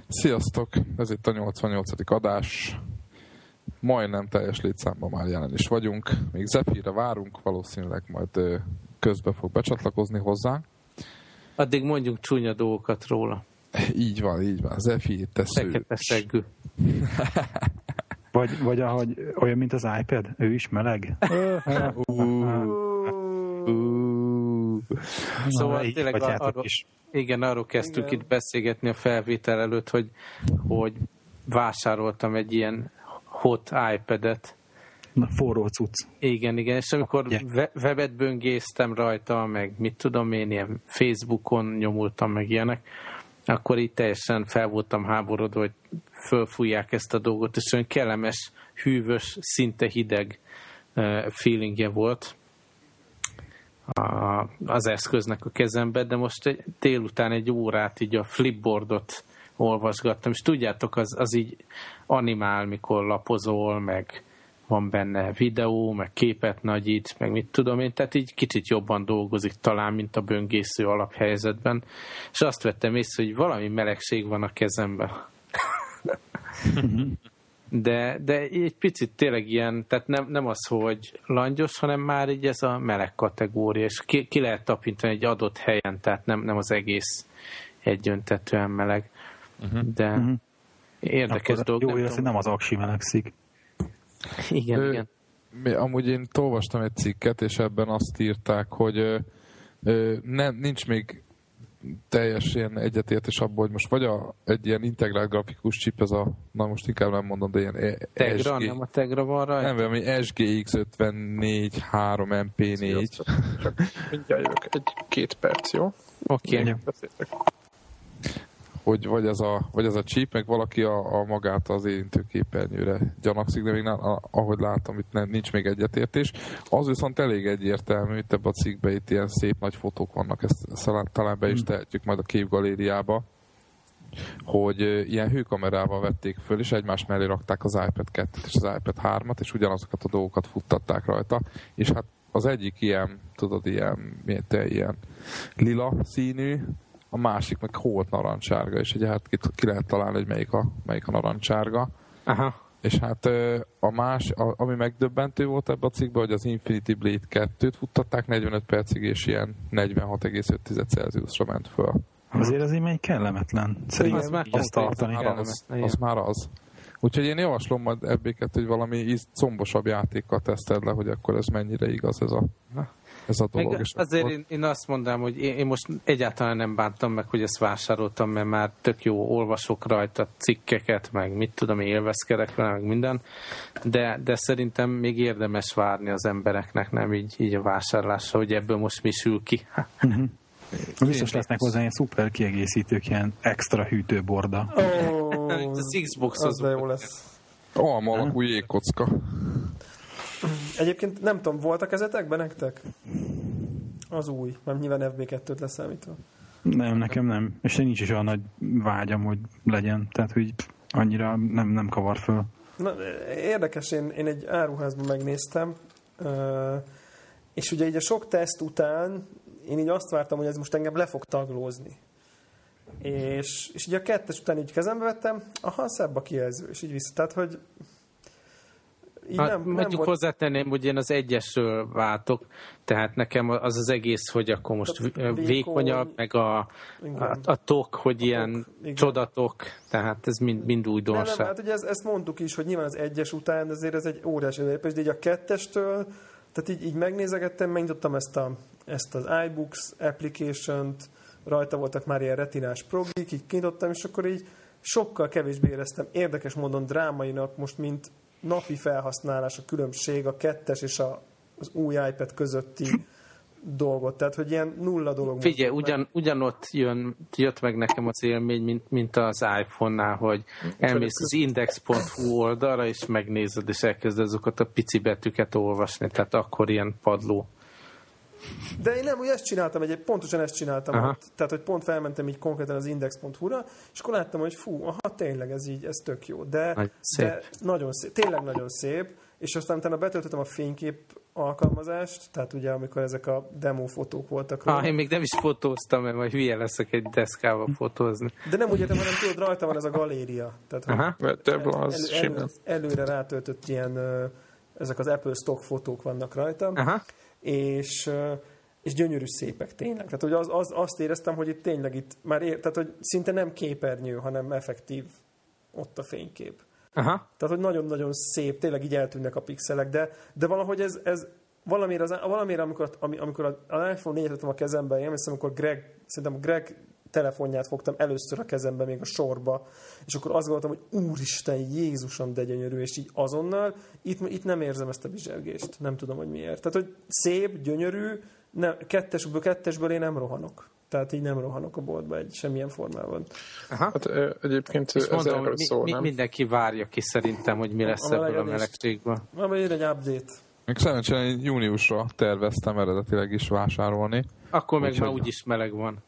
Sziasztok! Ez itt a 88. adás. Majdnem teljes létszámban már jelen is vagyunk. Még Zephyre várunk, valószínűleg majd közbe fog becsatlakozni hozzánk. Addig mondjunk csúnya dolgokat róla. Így van. Zephy, te szős. Fekete szeggű. Vagy ahogy olyan, mint az iPad, ő is meleg. Szóval tényleg arról kezdtük itt beszélgetni a felvétel előtt, hogy vásároltam egy ilyen hot iPad-et. Na, forró cucc. Igen, és amikor webet böngésztem rajta, meg mit tudom én, ilyen Facebookon nyomultam, meg ilyenek, akkor így teljesen fel voltam háborodva, hogy fölfújják ezt a dolgot, és olyan kellemes, hűvös, szinte hideg feelingje volt az eszköznek a kezemben, de most délután egy órát így a Flipboardot olvasgattam, és tudjátok, az így animál, mikor lapozol, meg van benne videó, meg képet nagyít, meg mit tudom én, tehát így kicsit jobban dolgozik talán, mint a böngésző alaphelyzetben, és azt vettem észre, hogy valami melegség van a kezemben. De egy picit tényleg ilyen, tehát nem az, hogy langyos, hanem már így ez a meleg kategória, és ki lehet tapintani egy adott helyen, tehát nem az egész egyöntetően meleg. De érdekes dolog. Jó, hogy nem az aksi melegszik. Igen. Amúgy én olvastam egy cikket, és ebben azt írták, hogy nincs még teljes ilyen egyetértés abból, hogy most vagy egy ilyen integrált grafikus chip, ez na most inkább nem mondom, de ilyen Tegra, nem a Tegra van rajta? Nem, ami SGX 54 3 MP4. Csak mindjárt jövök, két perc, jó? Oké. Hogy vagy ez a chip, meg valaki a magát az érintőképernyőre gyanakszik, de még ahogy látom, itt nincs még egyetértés. Az viszont elég egyértelmű, itt ebben a cikkben itt ilyen szép nagy fotók vannak, ezt talán be is tehetjük majd a képgalériába, hogy ilyen hőkamerával vették föl, és egymás mellé rakták az iPad 2-t és az iPad 3-at, és ugyanazokat a dolgokat futtatták rajta, és hát az egyik ilyen, tudod, ilyen lila színű, a másik meg holt narancssárga, és ugye hát ki lehet találni, hogy melyik a narancssárga. Aha. És hát ami megdöbbentő volt ebben a cikkben, hogy az Infinity Blade 2-t futtatták 45 percig, és ilyen 46,5 Celsiusra ment föl. Azért az így kellemetlen. Szerintem ezt tartani. Az már az. Úgyhogy én javaslom majd ebbéket, hogy valami combosabb játékkal teszted le, hogy akkor ez mennyire igaz ez a dolog. Meg azért én azt mondanám, hogy én most egyáltalán nem bántam meg, hogy ezt vásároltam, mert már tök jó, olvasok rajta cikkeket, meg mit tudom, élvezkedek vele, meg minden, de szerintem még érdemes várni az embereknek, nem így a vásárlásra, hogy ebből most mi sül ki. Biztos lesznek hozzá ilyen szuper kiegészítők, ilyen extra hűtőborda. Az Xbox az jó lesz. Alma alakú jégkocka. Egyébként nem tudom, voltak ezetekben nektek? Az új, mert nyilván FB2-t leszámítva. Nem, nekem nem. És nincs is olyan nagy vágyam, hogy legyen. Tehát, hogy annyira nem kavar föl. Na, érdekes, én egy áruházban megnéztem, és ugye így a sok teszt után én így azt vártam, hogy ez most engem le fog taglózni. És így a 2-es után így kezembe vettem, szebb a kijelző, és így vissza. Tehát, hogy mondjuk hozzátenném, hogy én az 1-esről váltok, tehát nekem az egész, hogy akkor most vékonyabb, meg a tok, hogy ilyen csodatok, tehát ez mind újdonság. Nem, hát ugye ezt mondtuk is, hogy nyilván az 1-es után azért ez egy óriási lépés, de így a 2-estől, tehát így megnézegettem, megnyitottam ezt az iBooks application-t, rajta voltak már ilyen retinás progik, így kinyitottam, és akkor így sokkal kevésbé éreztem érdekes módon drámainak most, mint napi felhasználás a különbség a 2-es és az új iPad közötti dolgot. Tehát, hogy ilyen nulla dolog. Figyelj, ugyanott jött meg nekem az élmény, mint az iPhone-nál, hogy elmész az index.hu oldalra, és megnézed, és elkezded azokat a pici betűket olvasni. Tehát akkor ilyen padló. De én nem, úgy ezt csináltam, pontosan ezt csináltam ott. Tehát, hogy pont felmentem így konkrétan az index.hu-ra, és akkor láttam, hogy tényleg ez tök jó. De nagyon szép. Tényleg nagyon szép. És aztán utána betöltöttem a fénykép alkalmazást, tehát ugye amikor ezek a demo fotók voltak róla. Én még nem is fotóztam, mert majd hülye leszek egy deszkával fotózni. De nem úgy értem, hanem tudod, rajta van ez a galéria. Tehát, előre rátöltött ilyen, ezek az Apple stock fotók vannak rajta, és gyönyörű szépek tényleg. Tehát hogy azt éreztem, hogy itt tényleg itt már tehát hogy szinte nem képernyő, hanem effektív ott a fénykép. Tehát, hogy nagyon-nagyon szép, tényleg így eltűnnek a pixelek, de valahogy ez valamire amikor az iPhone 4-et vettem a kezembe, én hiszem, amikor szerintem Greg telefonját fogtam először a kezembe, még a sorba, és akkor azt gondoltam, hogy úristen, Jézusom, de gyönyörű, és így azonnal, itt nem érzem ezt a bizsergést, nem tudom, hogy miért. Tehát, hogy szép, gyönyörű, kettesből én nem rohanok. Tehát így nem rohanok a boltba semmilyen formában. Hát egyébként és ez mondom, erről szól, nem? Mindenki várja ki szerintem, hogy mi lesz ebből a melegségből. Majd egy update. Még szerencsére júniusra terveztem eredetileg is vásárolni. Akkor meg már úgyis meleg van.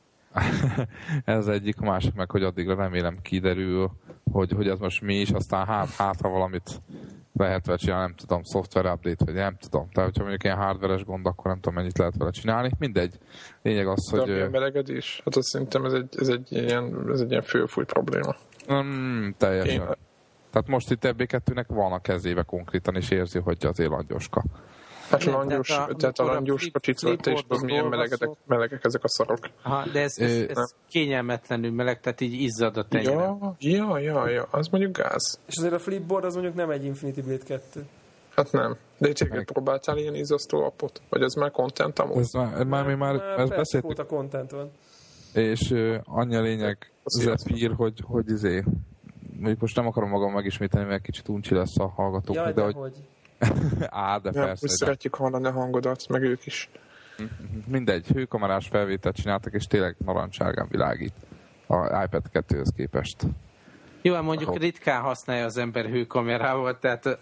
Ez egyik, a másik meg, hogy addigra remélem kiderül, hogy ez most mi is, aztán hát ha valamit lehet vele csinálni, nem tudom, software update, vagy nem tudom. Tehát, hogyha mondjuk ilyen hardveres gond, akkor nem tudom, mennyit lehet vele csinálni. Mindegy. Lényeg az, de hogy... De a melegedés? Hát azt szerintem ez egy ilyen fölfúj probléma. Teljesen. Tehát most itt EB2-nek van a kezébe konkrétan, és érzi, hogy azért langyoska. Hát tehát a langyos kocsit és milyen melegek ezek a szarok. De ez kényelmetlenül meleg, tehát így izzad a tenyerem. Ja, az mondjuk gáz. És azért a Flipboard az mondjuk nem egy Infinity Blade 2. Hát nem. De itt próbáltál ilyen izzasztó appot? Vagy ez már content amúgy? Ez beszéltük. A content van. És annyi a lényeg, Zephyr, hogy mondjuk most nem akarom magam megismételni, mert kicsit uncsi lesz a hallgatóknak, de hogy... de persze. Úgy szeretjük hallani a hangodat, meg ők is. Mindegy, hőkamerás felvételt csináltak, és tényleg narancsárgán világít a iPad 2-höz képest. Jó, mondjuk ritkán használja az ember hőkamerával, tehát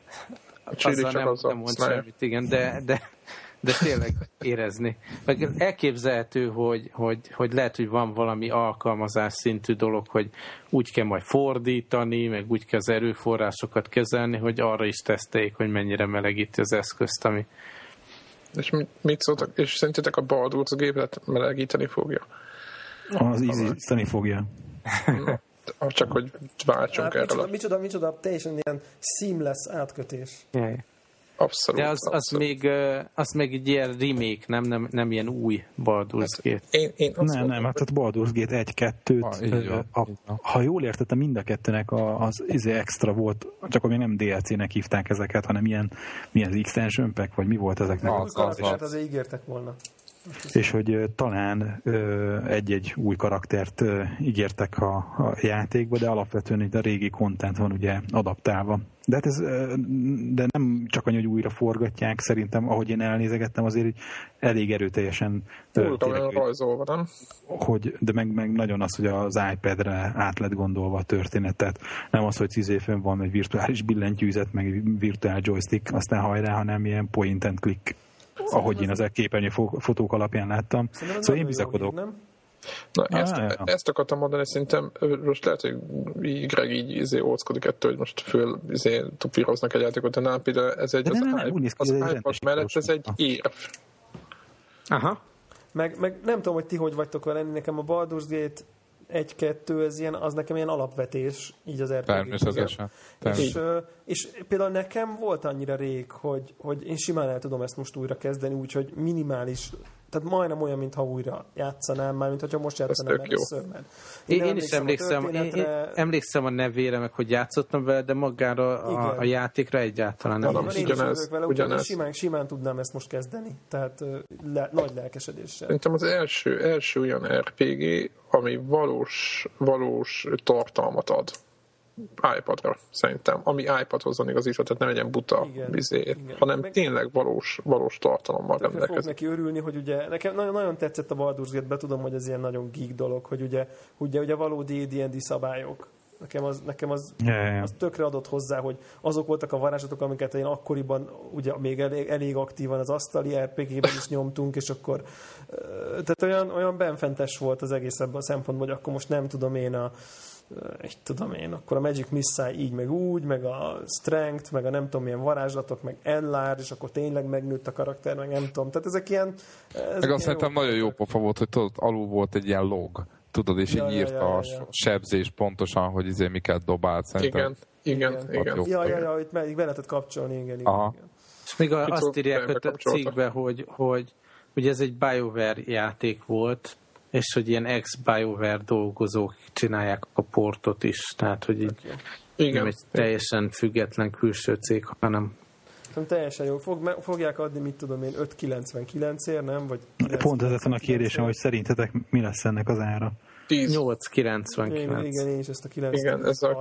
azzal nem mond semmit, igen, de tényleg érezni. Meg elképzelhető, hogy lehet, hogy van valami alkalmazás szintű dolog, hogy úgy kell majd fordítani, meg úgy kell az erőforrásokat kezelni, hogy arra is teszteljék, hogy mennyire melegíti az eszközt, ami... És mit szóltak? És szerintetek a Baldur's gépet melegíteni fogja? Az ízíteni fogja. Csak hogy váltsunk erről. Micsoda teljesen ilyen seamless átkötés. Jaj. Abszolút. De az még egy ilyen remake, nem ilyen új Baldur's Gate. Nem, hát a Baldur's Gate 1-2-t, ha jól értettem, mind a kettőnek az extra volt, csak még nem DLC-nek hívták ezeket, hanem mi az extension pack, vagy mi volt ezeknek? Új karaktert azért ígértek volna. És hogy talán egy-egy új karaktert ígértek a játékba, de alapvetően itt a régi content van ugye adaptálva. De hát de nem csak annyi, hogy újra forgatják, szerintem, ahogy én elnézegettem, azért elég erőteljesen rajzolva, nem? De meg nagyon az, hogy az iPad-re át lett gondolva a történet, tehát nem az, hogy 10 éven van egy virtuális billentyűzet, meg egy virtuál joystick, aztán hajrá, hanem ilyen point and click, ahogy én az képernyő fotók alapján láttam. Szóval én bizakodok. Na, ezt akartam mondani, szerintem most lehet, hogy Greg így óckodik ettől, hogy most föl tupíroznak egy játékot, de nem, például ez egy az iPad mellett ez egy érv. Aha. Meg nem tudom, hogy ti hogy vagytok vele, nekem a Baldur's Gate 1-2, az nekem ilyen alapvetés, így az RPG. Természetesen. És például nekem volt annyira rég, hogy én simán el tudom ezt most újra kezdeni, úgyhogy minimális, tehát majdnem olyan, mintha újra játszanám, már mint hogyha most játszanám először. Én is emlékszem a nevére, meg hogy játszottam vele, de magára a játékra egyáltalán nem. Ugyanez. Simán tudnám ezt most kezdeni, tehát nagy lelkesedéssel. Szerintem az első olyan RPG, ami valós tartalmat ad iPadra, szerintem. Ami iPadhoz van igazítva, tehát nem egy ilyen buta hanem tényleg valós tartalommal rendelkezik. Fogok neki örülni, hogy ugye, nekem nagyon tetszett a Baldur's Gate-be, tudom, hogy ez ilyen nagyon geek dolog, hogy ugye valódi D&D szabályok. Nekem az tökre adott hozzá, hogy azok voltak a varázslatok, amiket én akkoriban ugye még elég aktívan az asztali RPG-ben is nyomtunk, és akkor tehát olyan benfentes volt az egész ebben a szempontból, hogy akkor most nem tudom én tudom én, akkor a Magic Missile így, meg úgy, meg a Strength, meg a nem tudom milyen varázslatok, meg Enlarge, és akkor tényleg megnőtt a karakter, meg nem tudom. Tehát ezek ilyen... Meg azt szerintem nagyon jó pofa volt, hogy tudod, alul volt egy ilyen log, tudod, és így írta a sebzés pontosan, hogy miket dobált. Szerintem. Igen. Ja, itt meg be lehetett kapcsolni, igen. És még azt írják a cikkben, hogy ugye ez egy BioWare játék volt, és hogy ilyen ex-BioWare dolgozók csinálják a portot is, tehát hogy így nem egy teljesen független külső cég, hanem teljesen jó. Fogják adni, mit tudom én, 5,99-ért, nem? Vagy pont ez a kérdésem, hogy szerintetek mi lesz ennek az ára? 8,99. Igen, én is ezt a 9. Igen, ez a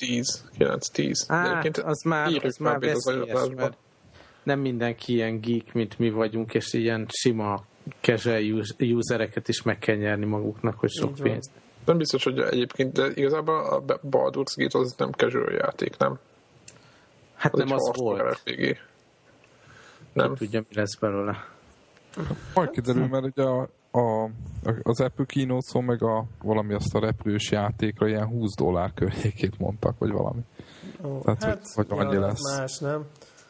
9-10. Hát, az már veszélyes, mert nem mindenki ilyen geek, mint mi vagyunk, és ilyen sima casual usereket is meg kell nyerni maguknak, hogy sok pénzt. Nem biztos, hogy egyébként, de igazából a Baldur's Gate az nem casual játék, nem? Hát nem az volt. RPG. Nem. Tudja, mi lesz belőle. Majd kiderül, mert ugye az Apple Keynote szó, meg valami azt a repülős játékra ilyen $20 környékét mondtak, vagy valami. Tehát, hát, hogy annyi lesz. Más, nem?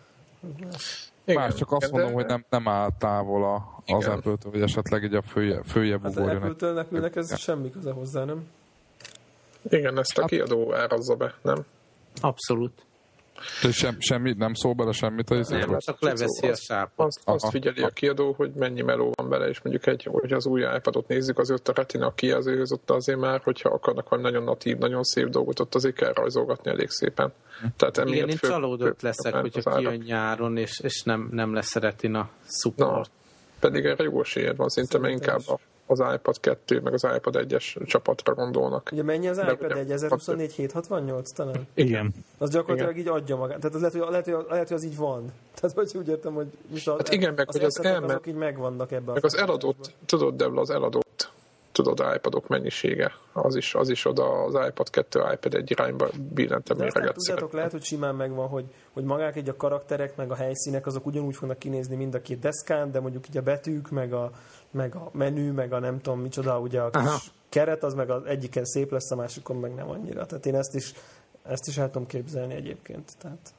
Más, csak azt mondom, hogy nem áll távol az Apple-től, vagy esetleg egy a följebb ugorjon. Az Apple-től nekülnek ez semmi köze hozzá, nem? Igen, ezt a kiadó árazza be, nem? Abszolút. Semmi, nem szól bele semmit? Nem, csak leveszi a sápot. Azt figyeli a kiadó, hogy mennyi meló van bele, és mondjuk hogy az új iPadot nézzük, azért a Retina kijelzőhöz ott azért már, hogyha akarnak valami nagyon natív, nagyon szép dolgot, ott azért kell rajzolgatni elég szépen. Tehát igen, én csalódott leszek, hogyha kijön nyáron, és nem lesz Retina support. Pedig erre jó esélyed van, szerintem inkább az iPad 2 meg az iPad 1-es csapatra gondolnak. Ugye mennyi az iPad 1? 1024 768 talán? Igen. Az gyakorlatilag így adja magát. Tehát az lehet, hogy az így van. Tehát hogy úgy értem, hogy hát igen, meg hogy az azok így megvannak ebben. Meg az eladott, tudod, Debla, az eladott iPadok mennyisége, az is oda az iPad 2, iPad 1 irányba billentem méreget. Tudjátok, lehet, hogy simán megvan, hogy magák így a karakterek, meg a helyszínek, azok ugyanúgy fognak kinézni mind a két deszkán, de mondjuk így a betűk, meg a menü, meg a nem tudom micsoda, ugye a kis keret, az meg az egyiken szép lesz, a másikon meg nem annyira. Tehát én ezt is el tudom képzelni egyébként. Tehát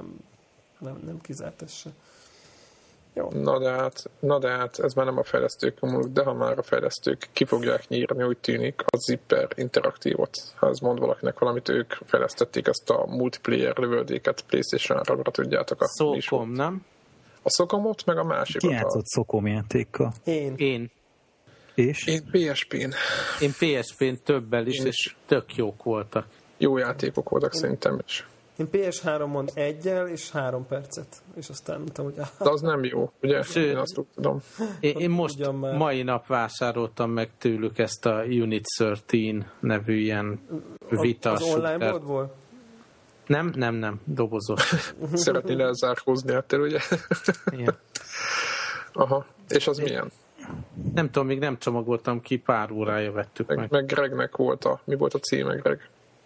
nem kizárt ez se. Jó. Na de hát, ez már nem a fejlesztők múlik, de ha már a fejlesztők ki fogják nyírni, úgy tűnik, a Zipper Interaktívot. Ha ez mond valakinek valamit, ők fejlesztették ezt a multiplayer lövöldéket PlayStation-ra, tudjátok. Szocom, nem? A Szocomot, meg a másikat. Ki játszott Szocom játékkal? Én. És? Én PSP-n. Én PSP-n többel is, és tök jók voltak. Jó játékok voltak szerintem is. Én PS3-on 1-jel és 3 percet. És aztán mondtam, hogy... De az nem jó, ugye? Én azt tudom. Én most mai nap vásároltam meg tőlük ezt a Unit 13 nevű ilyen vitas. Az online boltból? Nem, dobozos. Szeretnél elzárkózni ettől, ugye? Igen. Aha, és az milyen? Nem tudom, még nem csomagoltam ki, pár órája vettük meg. Meg Gregnek mi volt a címe, Greg?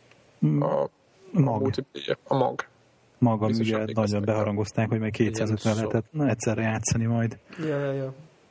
A Mag. Maga, ugye nagyon beharangozták, hogy meg 250 lehetett egyszerre játszani majd. Ja.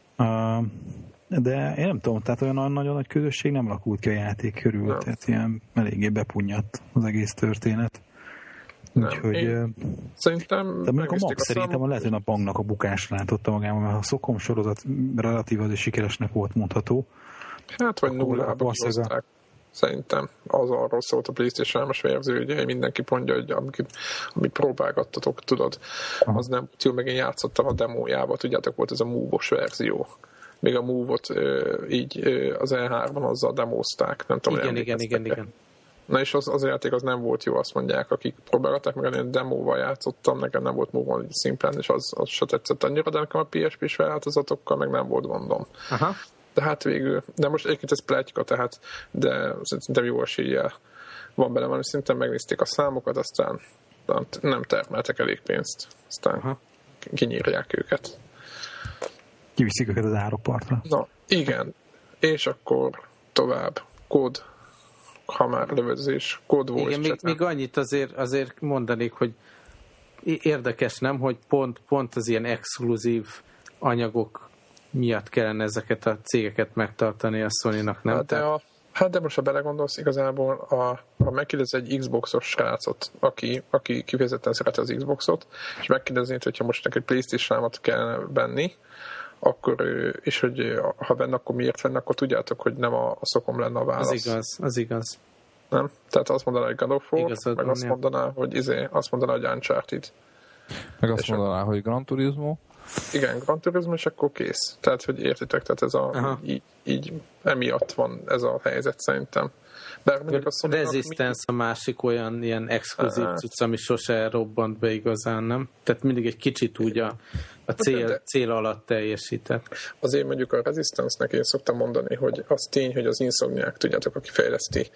De én nem tudom, tehát olyan nagyon nagy közösség nem lakult ki a játék körül, nem. Tehát ilyen eléggé bepunnyadt az egész történet. Úgyhogy... Szerintem... De mondjuk a Max szerintem lehet, hogy a Bangnak a bukásra látotta magában, mert a Szocom sorozat relatív azért sikeresnek volt mondható. Hát, vagy nullába hozták. Szerintem az arról szólt a PlayStation-es verzió, ugye mindenki mondja, hogy amit próbálgattatok, tudod, az nem jó, meg én játszottam a demójába, tudjátok, volt ez a Move-os verzió. Még a Move-ot így az E3-ban azzal demózták, nem tudom, igen. Na és az a játék az nem volt jó, azt mondják, akik próbálgatták, meg én demóval játszottam, nekem nem volt Move-on szimplán, és az se tetszett annyira, de nekem a PSP-s változatokkal meg nem volt gondom. Aha. De hát végül, de most egyébként ez pletyka, tehát, de szerintem jó eséllyel van bele, mert szerintem megnézték a számokat, aztán nem termeltek elég pénzt, aztán kinyírják őket. Kiviszik őket az áropartra. Na, igen, és akkor tovább, kód, ha már lövözés, kód volt. Igen, még annyit azért mondanék, hogy érdekes, nem, hogy pont az ilyen exkluzív anyagok miatt kellene ezeket a cégeket megtartani a Sony-nak, nem? Hát Hát de most, ha belegondolsz, igazából ha megkérdez egy Xboxos srácot, aki kifejezetten szereti az Xboxot, és megkérdeznéd, hogyha most neki egy PlayStation-ot kell venni, akkor, és hogy ha venne, akkor miért venne, akkor tudjátok, hogy nem a szokom lenne a válasz. Az igaz. Nem? Tehát azt mondaná, hogy God of War, Igazad meg van, azt mondaná, hogy Uncharted. Meg azt mondaná, hogy Gran Turismo. Igen, Gran Turismo, és akkor kész. Tehát, hogy értitek, tehát így emiatt van ez a helyzet szerintem. A Resistance a másik olyan ilyen exkluzív cucc, ami sose robbant be igazán, nem? Tehát mindig egy kicsit úgy a cél alatt teljesített. Azért mondjuk a Resistance-nek én szoktam mondani, hogy az tény, hogy az Insomniac, tudjátok, aki fejleszti,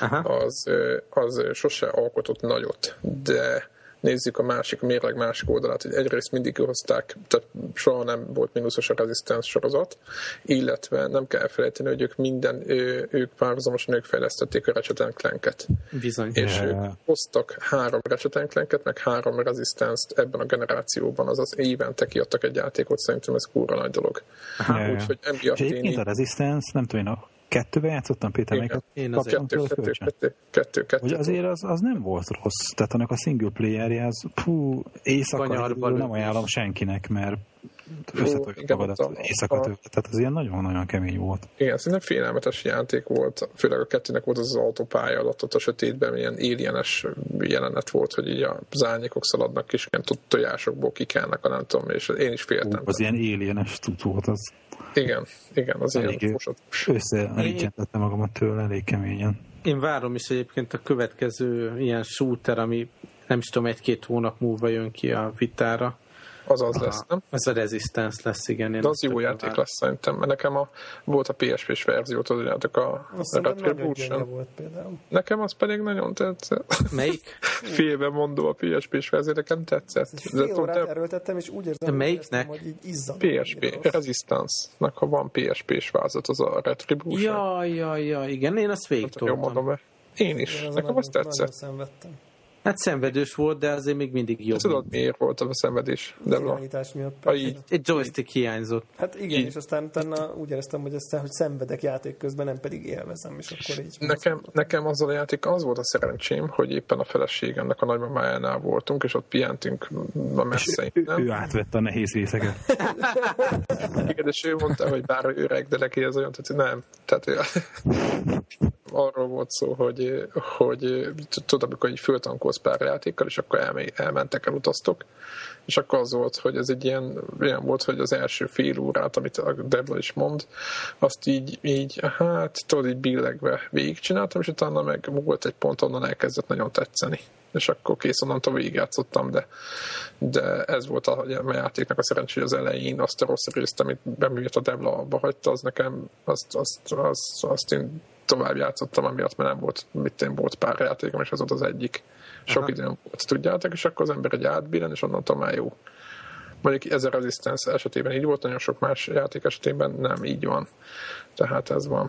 az sose alkotott nagyot, de nézzük a mérleg másik oldalát, hogy egyrészt mindig hozták, tehát soha nem volt mínuszos a Resistance sorozat, illetve nem kell elfelejteni, hogy ők párhuzamosan fejlesztették a Ratchet & Clank-et. Bizony. És ők hoztak 3 Ratchet & Clank-et, meg 3 Resistance-t ebben a generációban, azaz évente kiadtak egy játékot, szerintem ez kurva nagy dolog. Úgyhogy emiatt és egyébként a Resistance, nem tudom, én a 2-be játszottam, Péter, melyiket? Én az kettő. Hogy azért az nem volt rossz. Tehát annak a single playerje az éjszaka nem ajánlom senkinek, mert összetoljuk magadat éjszaka tőle. Tehát az ilyen nagyon-nagyon kemény volt. Igen, szerintem félelmetes játék volt. Főleg a 2-nek volt az autópálya alatt ott a sötétben, ilyen alienes jelenet volt, hogy így az árnyékok szaladnak, és ilyen tojásokból kikelnek, nem tudom, és én is féltem. Az ilyen alienes cucc volt az. Igen, az ilyen fosatós. Összerítsettem magamat tőle elég keményen. Én várom is egyébként a következő ilyen shooter, ami nem is tudom, 1-2 hónap múlva jön ki a vitára. Az lesz, nem? Ez a Resistance lesz, igen. De az jó játék lesz szerintem, mert nekem volt a PSP-s verzió, tudjátok, a Retribution. Volt például. Nekem az pedig nagyon tetszett. Melyik? Félbemondó a PSP-s verzió, nekem tetszett. Fél órát erőltettem, és úgy érzem, hogy így izzad. PSP, Resistance-nak, ha van PSP-s vázat, az a Retribution. Ja, igen, én azt végigtoltam. Én is, nekem azt tetszett. Hát szenvedős volt, de azért még mindig jobb. Tudod, miért volt a szenvedés? Az irányítás miatt. Egy joystick hiányzott. Hát igen, és aztán úgy éreztem, hogy szenvedek játék közben, nem pedig élvezem, és akkor így... Nekem azzal a játék az volt a szerencsém, hogy éppen a feleségemnek a nagymamájánál voltunk, és ott pihentünk a messze. Ő átvette a nehéz részeket. Igen, és ő mondta, hogy bár öreg, de neki ez olyan, tehát nem. Tehát arról volt szó, hogy tudod, amikor így föltankolsz pár játékkal, és akkor elmentek, elutaztok, és akkor az volt, hogy ez egy ilyen volt, hogy az első fél órát, amit a Debla is mond, azt így hát tudod, így billegve végigcsináltam, és utána meg volt egy pont, onnan elkezdett nagyon tetszeni. És akkor kész, onnantól végigjátszottam, de ez volt a játéknak a szerencsé, hogy az elején azt a rossz részt, amit beműjött a Debla abba hagyta, az nekem, azt én tovább játszottam, amiatt, mert nem volt, volt pár játékom, és ez volt az egyik. Sok időm volt, tudjátok, és akkor az ember egy átbillen, és onnantól már jó. Mondjuk ez a Resistance esetében így volt, nagyon sok más játék esetében nem így van. Tehát ez van.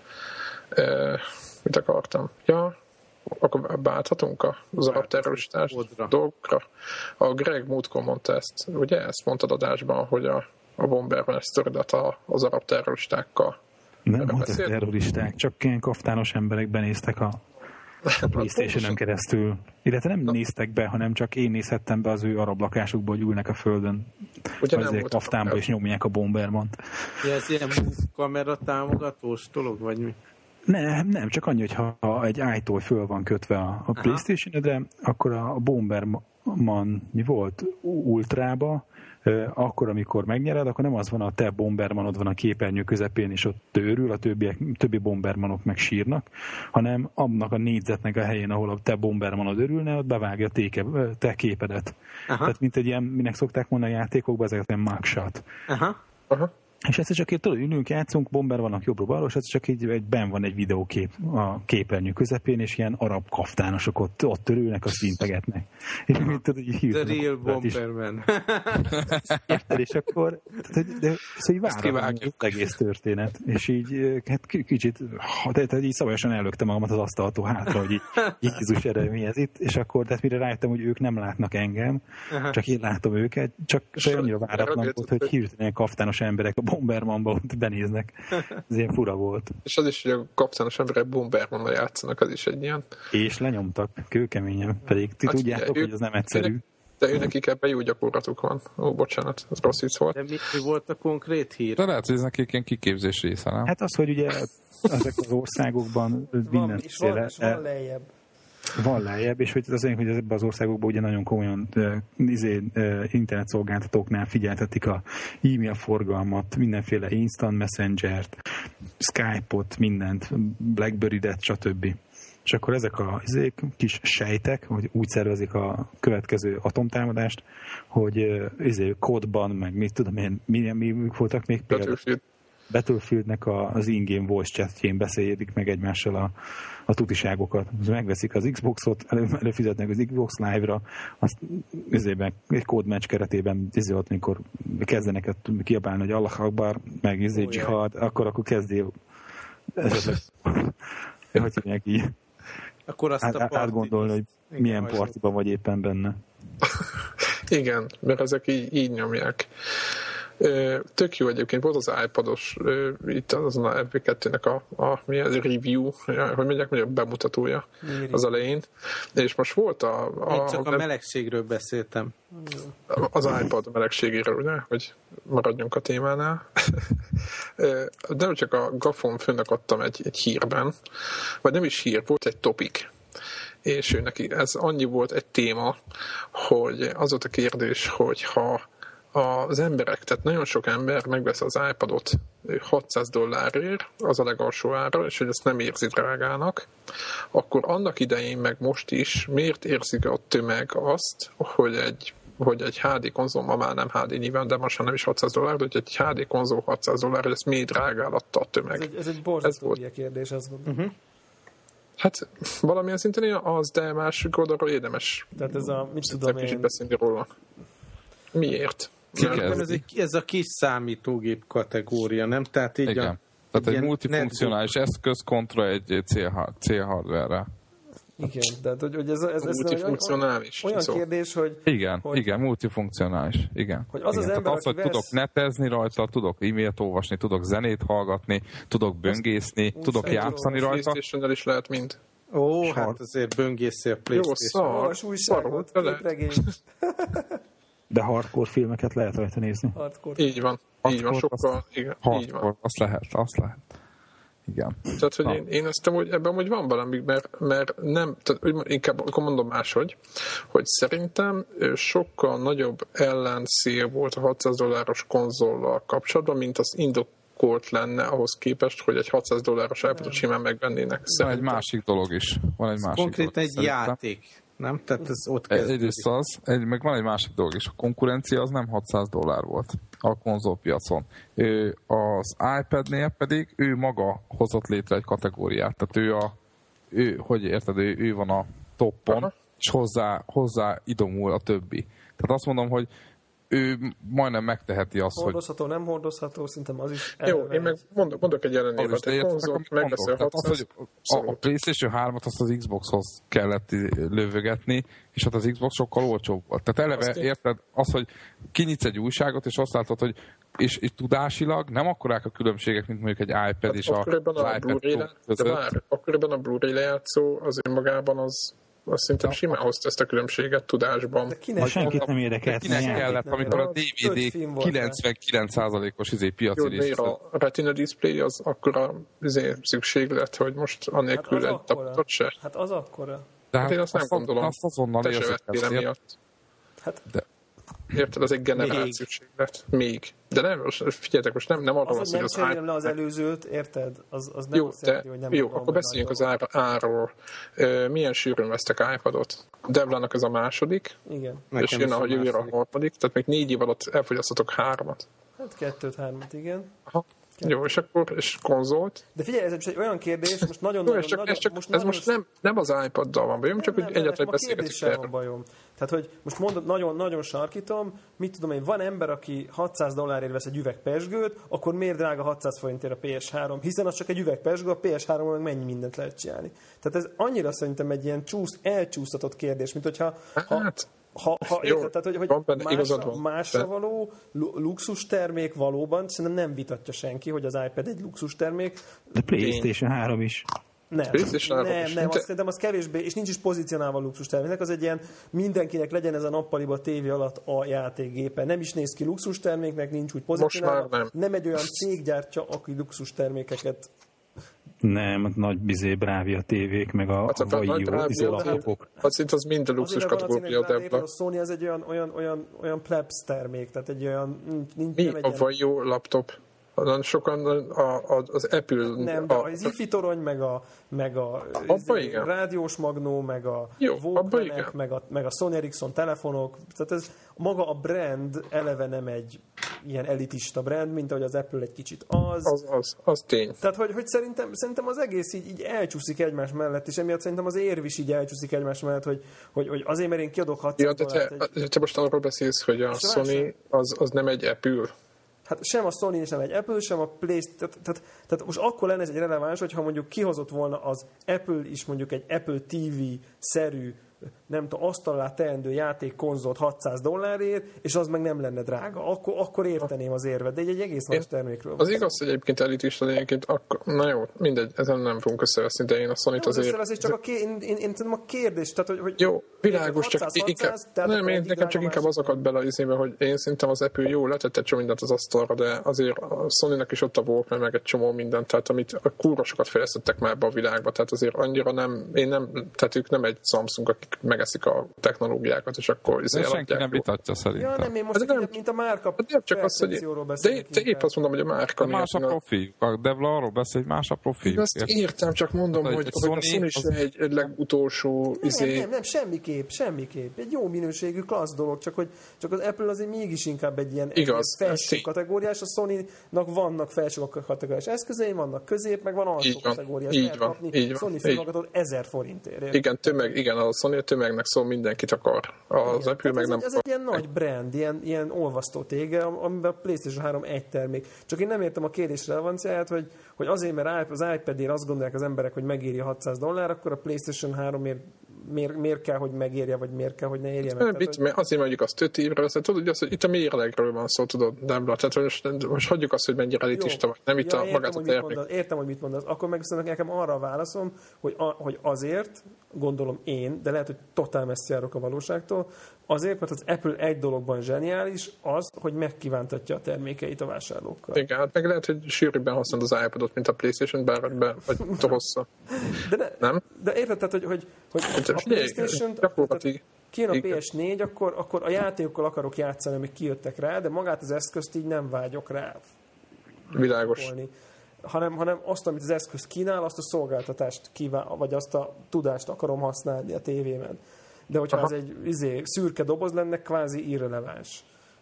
Mit akartam? Ja, akkor beállhatunk az arab terroristás dolgokra. A Greg múltkor mondta ezt, ugye? Ezt mondtad adásban, hogy a Bomberman sztoridat az arab terroristákkal. Nem voltak terroristák, csak ilyen kaftános emberek benéztek a PlayStation-ön keresztül. Illetve nem néztek be, hanem csak én nézhettem be az ő arab lakásukba, hogy ülnek a földön. Ugye nem volt kaftánba, és nyomják a Bombermant. Ja, ez ilyen kamera támogatós dolog, vagy mi? Nem, csak annyi, hogy ha egy iToy föl van kötve a PlayStation-edre, akkor a Bomberman mi volt? Ultrába, akkor, amikor megnyered, akkor nem az van, a te Bombermanod van a képernyő közepén, és ott őrül, a többi Bombermanok meg sírnak, hanem annak a négyzetnek a helyén, ahol a te Bombermanod örülne, ott bevágja a te képedet. Aha. Tehát mint egy ilyen, minek szokták mondani a játékokban, ezeket ilyen mugshot. Aha. És egyszer csak tudod, ülünk, játszunk, Bomber vannak jobbra-balra, és egyszer csak így benn van egy videókép a képernyő közepén, és ilyen arab kaftánosok ott törülnek, azt integetnek. És mint tudod, így The real Bomberman. És akkor szóval így várom az egész történet. És így hát kicsit, tehát így szabályosan előgtem magamat az asztaltól hátra, hogy így Jézus erre mi ez itt, és akkor tehát mire rájöttem, hogy ők nem látnak engem, csak én látom őket, csak annyira váratlan volt, hogy hirtelen kaftános emberek a Bombermanba ott benéznek. Ez ilyen fura volt. És az is, hogy a kapcsános emberek Bombermanra játszanak, az is egy ilyen. És lenyomtak, kőkeményen, pedig ti tudjátok, hogy ez nem egyszerű. De őnekik ebben jó gyakorlatuk van. Ó, bocsánat, ez rossz vicc volt. De mi volt a konkrét hír? De lehet, hogy ez nekik ilyen kiképzés része, nem? Hát az, hogy ugye ezek az országokban mindenféle... Van lejjebb. Van lejjebb, és hogy hogy ebben az országokban ugye nagyon komolyan internetszolgáltatóknál figyeltetik a e-mail forgalmat, mindenféle instant messengert, Skype-ot, mindent, BlackBerry-det, stb. És akkor ezek a kis sejtek, hogy úgy szervezik a következő atomtámadást, hogy kódban, meg mit tudom én, mi voltak még például. Battlefieldnek az in-game voice chatjén beszéljédik meg egymással a tutiságokat. Megveszik az Xboxot, előfizetnek az Xbox Live-ra, azt egy kódmatch keretében ott, amikor kezdenek kiabálni, hogy Allah Akbar, meg dzsihad, akkor kezdél esetleg hogy hívják így akkor azt átgondolni, hogy milyen partiban vagy éppen benne. Igen, mert ezek így nyomják. Tök jó egyébként, volt az iPad-os itt azon a FB2-nek a review, hogy mondják, a bemutatója az elején, és most volt Én csak a melegségről beszéltem. Az iPad melegségéről, ugye, hogy maradjunk a témánál. De csak a Gafon főnök adtam egy hírben, vagy nem is hír, volt egy topik, és ő neki ez annyi volt egy téma, hogy az volt a kérdés, hogy ha az emberek, tehát nagyon sok ember megvesz az iPadot $600, az a legalsó ára, és hogy ezt nem érzi drágának, akkor annak idején meg most is miért érzik a tömeg azt, hogy egy HD konzol, ma már nem HD nyilván, de most nem is $600, de hogy egy HD konzol $600, hogy ezt miért drágán adta a tömeg. Ez egy borzasztó ilyen kérdés, azt gondolom. Hát valamilyen szinten az, de másik oldalról érdemes. Tehát ez a, mit tudom én... beszélni róla. Miért? Ez a kis számítógép kategória, nem? Tehát így igen. Tehát egy multifunkcionális eszköz kontra egy C-hardware-re. Igen, tehát hogy ez multifunkcionális. Olyan kérdés, hogy... Igen, multifunkcionális. Igen. Hogy az igen. az ember, hogy tudok netezni rajta, tudok e-mailt olvasni, tudok zenét hallgatni, tudok böngészni, tudok játszani rajta. PlayStation-nel is lehet mind. Hát azért böngészél PlayStation. Jó, újságot, képregény. De hardcore filmeket lehet rajta nézni. Így van, sokkal, igen, így van. Azt lehet. Igen. Tehát, hogy én azt hogy ebben hogy van valami, mert nem, tehát inkább akkor mondom máshogy, hogy szerintem sokkal nagyobb ellenszél volt a $600 konzollal kapcsolatban, mint az indokolt lenne ahhoz képest, hogy egy $600 iPadot simán megvennének. Van egy másik dolog is. Konkrétan egy játék. Nem? Tehát ez ott kezdődik. Meg van egy másik dolog is. A konkurencia az nem $600 volt a konzolpiacon. Az iPad-nél pedig ő maga hozott létre egy kategóriát. Tehát ő van a toppon, és hozzá idomul a többi. Tehát azt mondom, hogy ő majdnem megteheti azt, hordozható, nem hordozható, szerintem az is... Jó, én meg mondok egy ellenévet, egy konzolt megveszi a 600... A PlayStation 3-at azt az Xboxhoz kellett lövögetni, és hát az Xbox sokkal olcsóbb volt. Tehát eleve érted azt, hogy kinyitsz egy újságot, és azt látod, hogy és tudásilag nem akkorák a különbségek, mint mondjuk egy iPad és az iPad között. Akkoriban a Blu-ray lejátszó az önmagában az szerintem simán hozta ezt a különbséget tudásban. Senkit nem érdekelt. Kinek kellett, amikor a DVD 99%-os piaci rész. A Retina display az akkora szükséglet, hogy most anélkül egy tapotot se. Hát az akkora. Hát én azt nem gondolom. Azt azonnal te se vettél emiatt. Érted, az egy generációséglet. Még. De nem, figyeljetek, most nem arról van, hogy az nem le az előzőt, érted? Az nem azt jelenti, hogy nem jó, akkor beszéljünk az árról. Milyen sűrűn vesztek iPadot? Devlának ez a második. Igen. És jön, ahogy jövőre a harmadik. Tehát még 4 év alatt elfogyasztatok 3-at. Hát 2-3-at, igen. Aha. Jó, és akkor és konzolt. De figyelj, ez egy olyan kérdés, most nagyon... Ez most nem az iPaddal van bajom, csak hogy egyáltalán beszélgetünk erről. Van bajom. Tehát, hogy most mondod, nagyon sarkítom, mit tudom én, van ember, aki $600 vesz egy üveg pezsgőt, akkor miért drága 600 forintért a PS3? Hiszen az csak egy üveg pezsgő, a PS3-on meg mennyi mindent lehet csinálni. Tehát ez annyira szerintem egy ilyen elcsúsztatott kérdés, mint hogyha... Ha érted, tehát, hogy másra való luxus termék valóban, szerintem nem vitatja senki, hogy az iPad egy luxus termék. De PlayStation 3 is. Nem, azt szerintem az kevésbé, és nincs is pozícionálva a luxus terméknek, az egy ilyen mindenkinek legyen ez a nappaliba a tévé alatt a játékgépe. Nem is néz ki luxus terméknek, nincs úgy pozícionálva. Nem egy olyan cég gyártja, aki luxus termékeket. Nem, nagy Bravia tévék, meg a Vaio laptopok. Az mind a luxus kategória. A Sony az egy olyan plebs termék, tehát egy olyan... Mi a Vaio laptop? Sokan az Apple... Nem, de az iFi torony, meg a rádiós magnó, meg a Walkmanek, meg a Sony Ericsson telefonok. Tehát ez maga a brand eleve nem egy ilyen elitista brand, mint ahogy az Apple egy kicsit az. Az tény. Tehát, hogy szerintem az egész így elcsúszik egymás mellett, és emiatt szerintem az érv is így elcsúszik egymás mellett, hogy azért, mert én kiadok 600 dollárt. Te most arról beszélsz, hogy a Sony az nem egy Apple. Hát sem a Sony, sem egy Apple, sem a PlayStation. Tehát most akkor lenne ez egy releváns, hogyha mondjuk kihozott volna az Apple is mondjuk egy Apple TV-szerű, nem tudom, asztal teendő játékkonzolt $600, és az meg nem lenne drága. Akkor érteném az érvet, de egy egész más termékről. Az igaz, hogy egyébként elitista lényegként, na jó, mindegy, ezen nem fogunk összeveszni, de én a Sony-t azért... Csak én tudom a kérdés, tehát hogy jó, világos, csak nekem csak inkább az akadt bele az izébe, hogy én szerintem az Apple jó letette csomó mindent az asztalra, de azért a Sony-nak is ott a Walkman meg egy csomó mindent, tehát amit a kurvasokat fejlesztettek már ebbe a világba, tehát azért annyira tehát ők nem egy Samsung, akik megeszik a technológiákat, és akkor senki nem vitatja szerintem. Ja, nem, én most nem, mint a márka percepcióról beszélek. De épp azt mondom, hogy a márka... De más a profi. A Devla arról beszél, hogy más a profi. Azt értem, csak mondom, hogy a Sony is egy legutolsó... Nem, semmiképp. Egy jó minőségű, klassz dolog, csak az Apple azért mégis inkább egy ilyen felső kategóriás, a Sony-nak vannak felső kategóriás eszközei, vannak közép, meg van alsó kategóriás. Így van. Sony filmagatot 1000 forintért. Igen, a Sony tömegnek szól, mindenkit akar. Az Apple meg nem akar. Ez egy ilyen nagy brand, ilyen olvasztó tége, amiben a PlayStation 3 egy termék. Csak én nem értem a kérdés relevanciáját, hogy azért, mert az iPad-ért azt gondolják az emberek, hogy megéri $600, akkor a PlayStation 3-ért miért kell, hogy megérje, vagy miért kell, hogy ne érje meg? Azért mondjuk azt 5 évre veszed, tudod, hogy itt a mérlegről van szó, tudod, Debla. Tehát most hagyjuk azt, hogy mennyire elitista vagy. Nem itt a magát a termék. Értem, hogy mit mondasz. Akkor meg nekem arra a válaszom, hogy azért, gondolom én, de lehet, hogy totál messze járok a valóságtól, azért, mert az Apple egy dologban zseniális, az, hogy megkívántatja a termékeit a vásárlókkal. Igen, hát meg lehet, hogy sűrűbben használod az iPadot, mint a PlayStation, bár vagy hossza. Nem? De érted, tehát, hogy a PlayStation, kijön a PS4, akkor a játékokkal akarok játszani, amik kijöttek rá, de magát az eszközt így nem vágyok rá. Világos. Hanem azt, amit az eszköz kínál, azt a szolgáltatást vagy azt a tudást akarom használni a tévében. De hogyha ez egy szürke doboz lenne, kvázi irreleváns.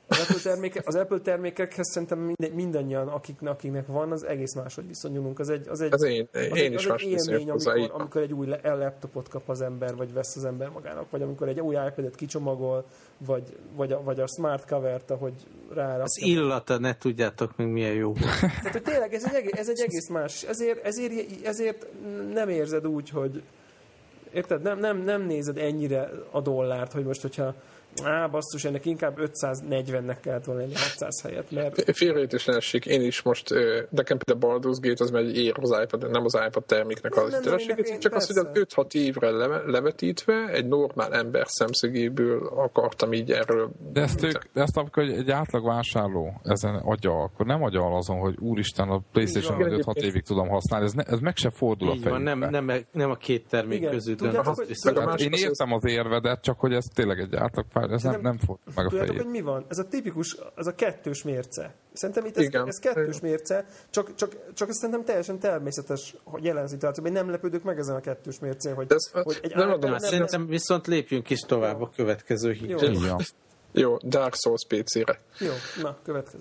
Az Apple termékekhez szerintem mindannyian, akiknek van, az egész máshogy viszonyulunk. Az egy élmény, amikor egy új laptopot kap az ember, vagy vesz az ember magának, vagy amikor egy új iPad-et kicsomagol, vagy a smart covert, ahogy rárakja. Az illata, ne tudjátok még milyen jó. Tehát, hogy tényleg ez egy egész más. Ezért nem érzed úgy, hogy érted? Nem nézed ennyire a dollárt, hogy most, hogyha basszus, ennek inkább 540-nek kellett volna lenni 600 helyett, mert... Félreértéslenesség, én is most, nekem például Baldur's Gate az megy ér az iPad, nem az iPad terméknek az teljességét, csak az, hogy az 5-6 évre levetítve egy normál ember szemszögéből akartam így erről... De ezt amikor egy átlag vásárló ezen agyal, akkor nem agyal azon, hogy úristen, a PlayStation 5-6 évig tudom használni, ez meg se fordul a fejükbe. Nem a két termék között. Én értem az érvedet, csak hogy ez tényleg egy átlag ez nem fog meg a fejét. Tudjátok, hogy mi van? Ez a tipikus, ez a kettős mérce. Szerintem itt ez kettős mérce, csak ez szerintem teljesen természetes jelen szituációban. Én nem lepődök meg ezen a kettős mércén, hogy egy szerintem viszont lépjünk is tovább a következő hír. Jó, Dark Souls PC-re. Jó, na, következő.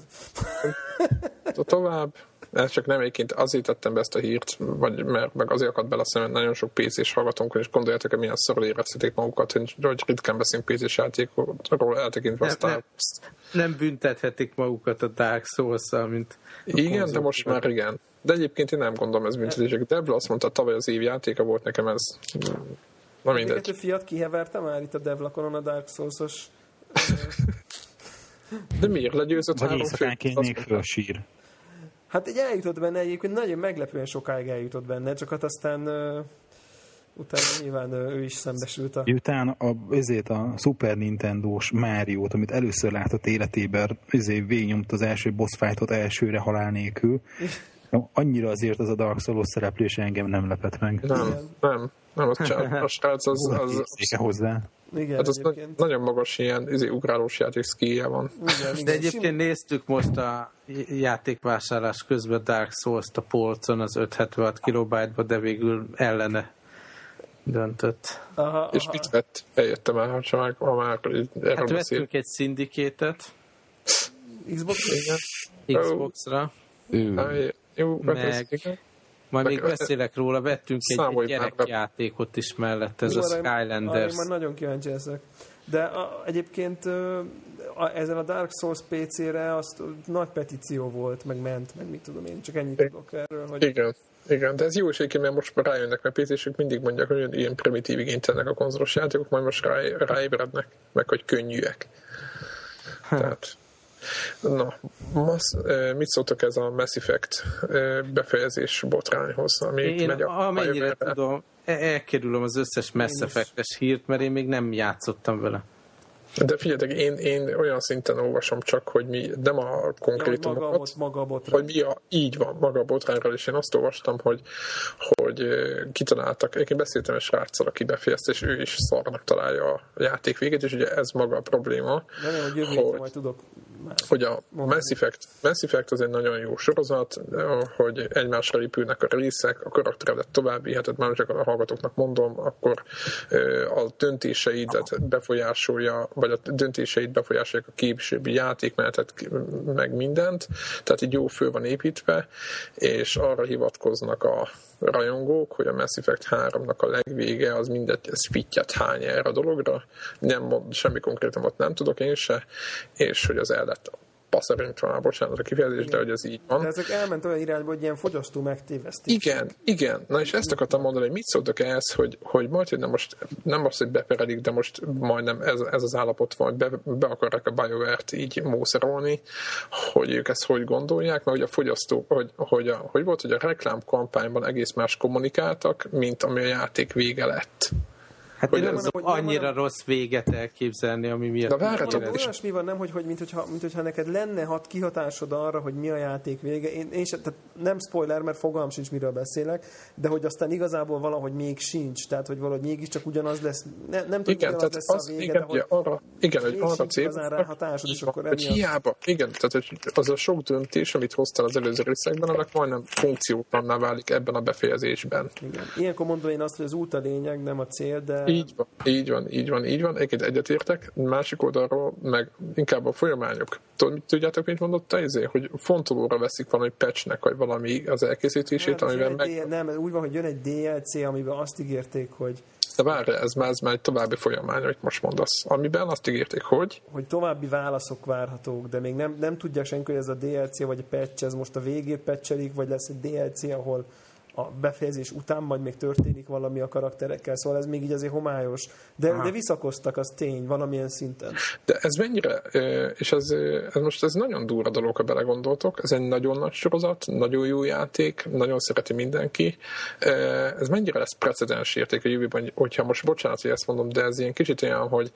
Tovább. Ez csak nem egyébként azért tettem be ezt a hírt, vagy mert meg azért akadt bele a szemben, nagyon sok PC-s hallgatónk, és gondoljátok, hogy milyen szarul érezhetik magukat, hogy ritkán beszélünk PC-s játékról, eltekintve aztán... Nem büntethetik magukat a Dark Souls-szal, mint... Igen, de most már igen. De egyébként én nem gondolom ez büntetések. Debla azt mondta, tavaly az év játéka volt nekem ez... Na mindegy. A fiat kiheverte már itt a Devlakonon a Dark Souls-os... De miért legyőzött vagy 3 éjszakánként még fölsír. Hát így eljutott benne egyébként, nagyon meglepően sokáig eljutott benne, csak hát aztán utána nyilván ő is szembesült Utána a Super Nintendo-s Máriót, amit először látott életében, végignyomta az első boss fightot elsőre halál nélkül. Annyira azért az a Dark Souls szereplés engem nem lepett meg. Nem, a srác az hozzá. Igen, hát az nagyon magas ilyen ugrálós játék skillje van. Igen, de egyébként néztük most a játékvásárlás közben Dark Souls-t a polcon az 576 kilobájtba, de végül ellene döntött. És mit vett? Eljöttem el, ha már erről hát vettünk egy Syndicate-et Xbox-ra. Jó, meg majd még beszélek róla, vettünk egy gyerekjátékot is mellett, ez a Skylanders. Már nagyon kíváncsi ezek. De egyébként ezen a Dark Souls PC-re azt nagy petíció volt, meg ment, meg mit tudom én, csak ennyit tudok erről. Hogy... Igen, de ez jó is egyébként, mert most már rájönnek, mert PC-sek mindig mondják, hogy ilyen primitív igénytelnek a konzolos játékok, majd most ráébrednek, meg hogy könnyűek. Tehát... Na, mit szóltok ez a Mass Effect befejezés botrányhoz? Én amennyire tudom, elkerülöm az összes Mass Effect-es hírt, mert én még nem játszottam vele. De figyeljetek, én olyan szinten olvasom csak, hogy mi, nem a konkrétumokat, maga a botrány. Hogy mi így van, maga a botrányról, és én azt olvastam, hogy kitaláltak, én beszéltem egy sráccal, aki befejezte, és ő is szarnak találja a játék végét, és ugye ez maga a probléma, hogy a Mass Effect az egy nagyon jó sorozat, hogy egymásra épülnek a részek, a karakteredet tovább viheted, már csak a hallgatóknak mondom, akkor a döntéseidet befolyásolja, vagy a döntéseid befolyásolják a későbbi játékmenetet, meg mindent, tehát így jó föl van építve, és arra hivatkoznak a rajongók, hogy a Mass Effect 3-nak a legvége az mindegy, ez fittyet hány erre a dologra, semmi konkrétumot nem tudok én se, és hogy az el lett passzerint van, bocsánat a kifejezés, de hogy ez így van. De ezek elment olyan irányba, hogy ilyen fogyasztó megtévesztés. Igen. Na és ezt akartam mondani, hogy mit szóltok ehhez, hogy majd, hogy nem azt, hogy beperelik, de most majdnem ez az állapot van, hogy be akarják a BioWare-t így mószerolni, hogy ők ezt hogy gondolják, mert hogy a fogyasztók, hogy volt, hogy a reklámkampányban egész más kommunikáltak, mint ami a játék vége lett. Hát én nem annyira rossz véget elképzelni, ami miatt... De várhatok is. Olyasmi van, nem, hogy mintha neked lenne kihatásod arra, hogy mi a játék vége. Én sem, tehát nem spoiler, mert fogalmam sincs, miről beszélek, de hogy aztán igazából valahogy még sincs. Tehát, hogy valahogy mégiscsak ugyanaz lesz. Nem tudom, ugyanaz lesz a vége, de hogy arra célban, hogy hiába, igen, tehát az a sok döntés, amit hoztál az előző részekben, annak majdnem funkciótlanná válik ebben a befejezésben. Igen. Ilyenkor mondom én azt, hogy az út a lényeg, nem a cél, de... Így van. Egyébként egyetértek. Másik oldalról meg inkább a folyamányok. Tudjátok, mit mondott te? Hogy fontolóra veszik valami patchnek, vagy valami az elkészítését, amivel Nem, úgy van, hogy jön egy DLC, amiben azt ígérték, hogy... De várj, ez már egy további folyamány, amit most mondasz. Amiben azt ígérték, hogy további válaszok várhatók, de még nem tudják senki, hogy ez a DLC vagy a patch, ez most a végét patchelik, vagy lesz egy DLC, ahol a befejezés után majd még történik valami a karakterekkel, szóval ez még így azért homályos. De visszakoztak, az tény, valamilyen szinten. De ez mennyire, és ez nagyon durva dolog, ha belegondoltok, ez egy nagyon nagy sorozat, nagyon jó játék, nagyon szereti mindenki. Ez mennyire lesz precedens érték a jövőben, hogyha most bocsánat, hogy ezt mondom, de ez ilyen kicsit olyan, hogy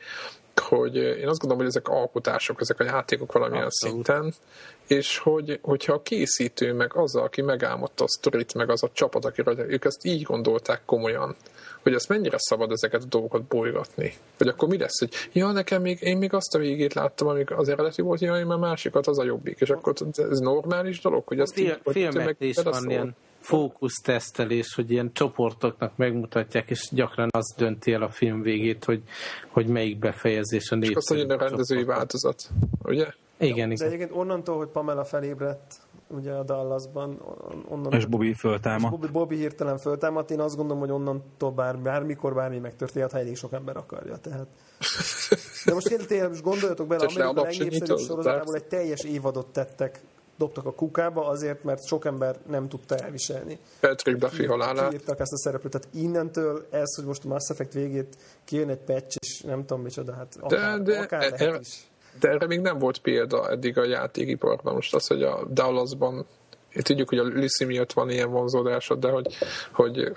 én azt gondolom, hogy ezek alkotások, ezek a játékok valamilyen abszolút szinten, és hogyha a készítő, meg az, aki megálmodta a sztorit, meg az a csapat, akire ők ezt így gondolták komolyan, hogy ezt mennyire szabad ezeket a dolgokat bolygatni. Vagy akkor mi lesz, hogy én még azt a végét láttam, amíg az eredeti volt, én már másikat, az a jobbik. És akkor ez normális dolog, hogy ezt filmek is van ilyen fókusztesztelés, hogy ilyen csoportoknak megmutatják, és gyakran az dönti el a film végét, hogy melyik befejezés a népszerű. És azt mondja, a rendezői változat, ugye? Igen. De egyébként onnantól, hogy Pamela felébredt ugye a Dallasban, onnan... És Bobby föltámadt. Bobby hirtelen föltámadt, én azt gondolom, hogy onnantól bármikor bármi megtörténhet, ha elég sok ember akarja, tehát... De most gondoljatok bele, Amerika legnépszerűbb sorozatából egy teljes évadot tettek dobtak a kukába azért, mert sok ember nem tudta elviselni. Patrick Duffy halálát. Kiírtak ezt a szereplőt. Tehát innentől ez, hogy most a Mass Effect végét kijön egy patch, és nem tudom micsoda, hát akár lehet is. De erre még nem volt példa eddig a játékiparban. Most az, hogy a Dallasban tudjuk, hogy a Lucy miatt van ilyen vonzódásod, de hogy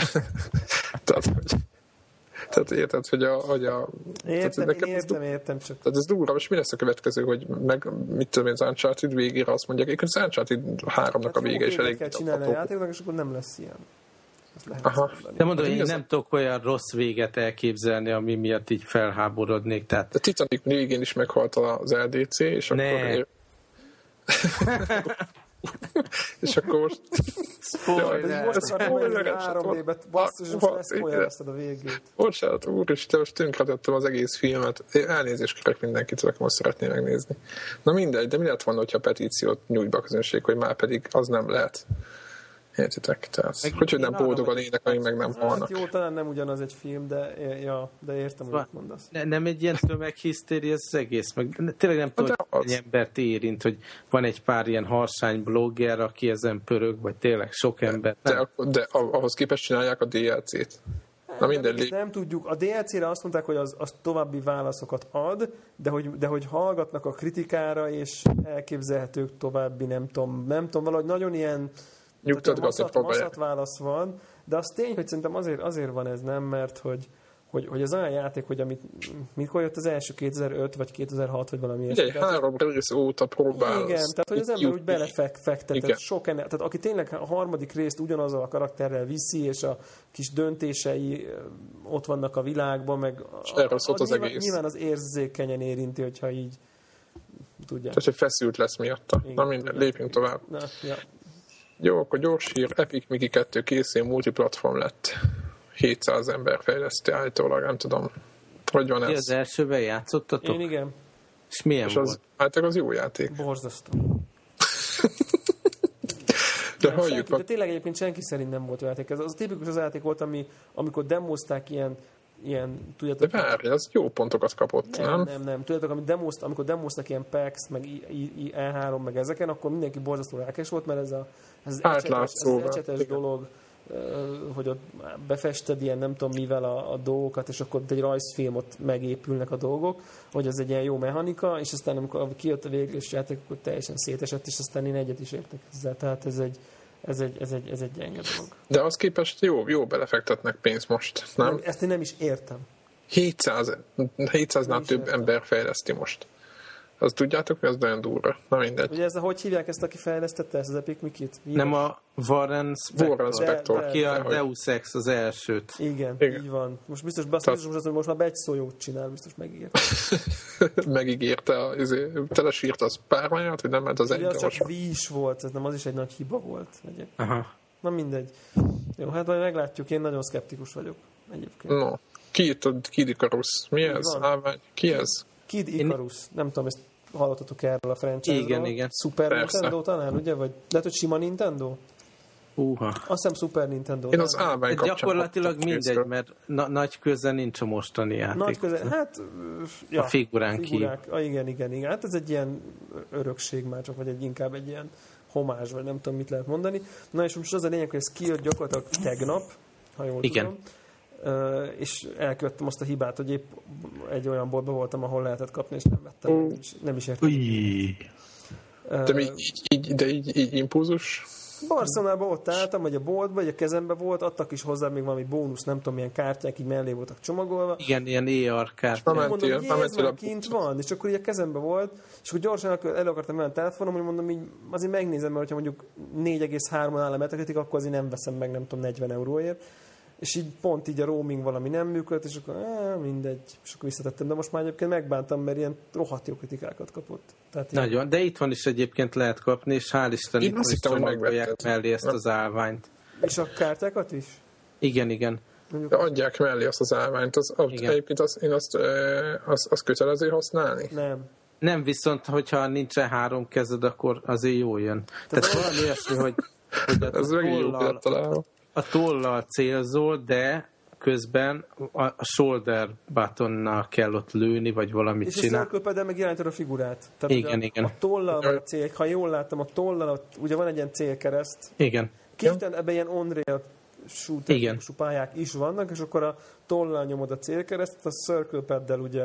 tehát érted, hogy Értem csak. Tehát ez durva, és mi lesz a következő, hogy mit tudom én, az Uncharted végére azt mondják, hogy az Uncharted 3-nak a vége is elég. Kell csinálni a játéknak, és akkor nem lesz ilyen. De mondom, én nem tudok olyan rossz véget elképzelni, ami miatt így felháborodnék. Tehát... A Titanic végén is meghalt az LDC, és akkor... és akkor most... Spoiler! Most 3D-bet basszus, most leszpoilerezted a végét. Bocsánat, úristen, most tönkretettem az egész filmet. Elnézést kérek mindenkit, aki most szeretné megnézni. Na mindegy, de mi lett volna, hogyha a petíciót nyújt be a közönség, hogy már pedig az nem lehet. Értitek? Tehát, hogy nem boldogan énekelni, meg nem halnak. Hát jó, talán nem ugyanaz egy film, de értem, hogy mit mondasz. Nem egy ilyen tömeghisztéria az egész, meg tényleg nem tudom, hogy egy embert érint, hogy van egy pár ilyen harsány blogger, aki ezen pörög, vagy tényleg sok ember. De ahhoz képest csinálják a DLC-t. Na nem tudjuk. A DLC-re azt mondták, hogy az további válaszokat ad, de hogy hallgatnak a kritikára, és elképzelhetők további, nem tudom, valahogy nagyon ilyen maszat válasz van, de az tény, hogy szerintem azért van ez, nem, mert hogy az olyan játék, hogy mikor jött az első 2005 vagy 2006 vagy valami ilyesmi. Ugye, 3 rész óta próbál. Igen, tehát hogy az ember úgy belefektetett sok tehát aki tényleg a harmadik részt ugyanazzal a karakterrel viszi, és a kis döntései ott vannak a világban, meg nyilván az érzékenyen érinti, hogyha így tudják. Tehát, hogy feszült lesz miatta. Igen, na minden, lépjünk tovább. Ja. Jó, akkor gyors hír, Epic Mickey 2 készén multiplatform lett. 700 ember fejleszti állítólag, nem tudom. Hogy van ez? Az elsőben játszottatok? Én igen. És milyen és volt? Az jó játék. Borzasztó. De tényleg egyébként senki szerint nem volt játék. Ez az tipikus az játék volt, amikor demozták ilyen tudjátok... De várj, az jó pontokat kapott, nem? Nem. Tudjátok, amikor demoztak ilyen PAX, meg E3, meg ezeken, akkor mindenki borzasztó rákes volt, mert ez az ecsetes dolog, hogy ott befested ilyen nem tudom mivel a dolgokat, és akkor egy rajzfilmot megépülnek a dolgok, hogy ez egy ilyen jó mechanika, és aztán amikor kijött a végleges játék, akkor teljesen szétesett, és aztán én egyet is értek ezzel. Tehát ez egy gyenge dolog. De az képest jó belefektetnek pénzt most, nem? Ezt én nem is értem. 700-nál több ember fejleszti most. Azt tudjátok, mi az nagyon durva? Na mindegy. Ugye hogy hívják ezt, aki fejlesztette ezt az Epic Mickey-t? Nem a Warren Spector. Ki a Deus Ex az elsőt. Igen, így van. Most biztos hogy most már egy szó jót csinál, biztos megígérte. Megígérte, telesírta az pármányat, hogy nem ment az egy az csak vís volt, ez nem az is egy nagy hiba volt. Aha. Na mindegy. Jó, hát majd meglátjuk, én nagyon szkeptikus vagyok egyébként. No. Kid Icarus. Mi ez? Ki ez? Kid Icarus. Nem tudom, ezt hallottatok erről a franchise-ról. Igen. Super Nintendo talán, ugye? Vagy lehet, hogy sima Nintendo? Azt hiszem Super Nintendo. Én az állvány kapcsán. Gyakorlatilag mindegy, mert nagy köze nincs a mostani játék. Nagy köze, hát... a figurán kívül. Igen. Hát ez egy ilyen örökség már csak, vagy inkább egy ilyen homázs, vagy nem tudom, mit lehet mondani. Na és most az a lényeg, hogy ez kijött gyakorlatilag tegnap, ha jól tudom. És elkövettem azt a hibát, hogy épp egy olyan boltban voltam, ahol lehetett kapni, és nem vettem. Nem is értem. De így impulzus? Barcelonában ott álltam, vagy a boltban, vagy a kezembe volt, adtak is hozzá még valami bónusz, nem tudom, milyen kártyák, így mellé voltak csomagolva. Igen, ilyen AR kártyák. Mondom, hogy ez már kint van, és akkor így a kezembe volt, és akkor gyorsan elő akartam venni a telefonom, hogy mondom, így azért megnézem, mert ha mondjuk 4,3-on áll a Metacritic, akkor azért nem veszem meg, nem tudom, 40 euróért. És így pont így a roaming valami nem működött, és akkor mindegy, és akkor visszatettem. De most már egyébként megbántam, mert ilyen rohadt jó kritikákat kapott. Tehát nagyon, ilyen... de itt van is egyébként lehet kapni, és hál' Isten itt is csomagolják mellé ezt az állványt. És a kártyákat is? Igen. De adják mellé azt az állványt. Egyébként azt kötelező használni? Nem, viszont hogyha nincsen 3 kezed, akkor azért jól jön. Tehát valami olyasmi, hogy ez megint jó találva. A tollal célzol, de közben a shoulder buttonnal kell ott lőni, vagy valamit csinálni. És a circle-paddel meg irányítod a figurát. Tehát igen. A tollal van a cél, ha jól láttam, a tollal, ugye van egy ilyen célkereszt. Igen. Kicsit ebben ilyen on-rail shooter-típusú pályák is vannak, és akkor a tollal nyomod a célkeresztet, a circle-paddel ugye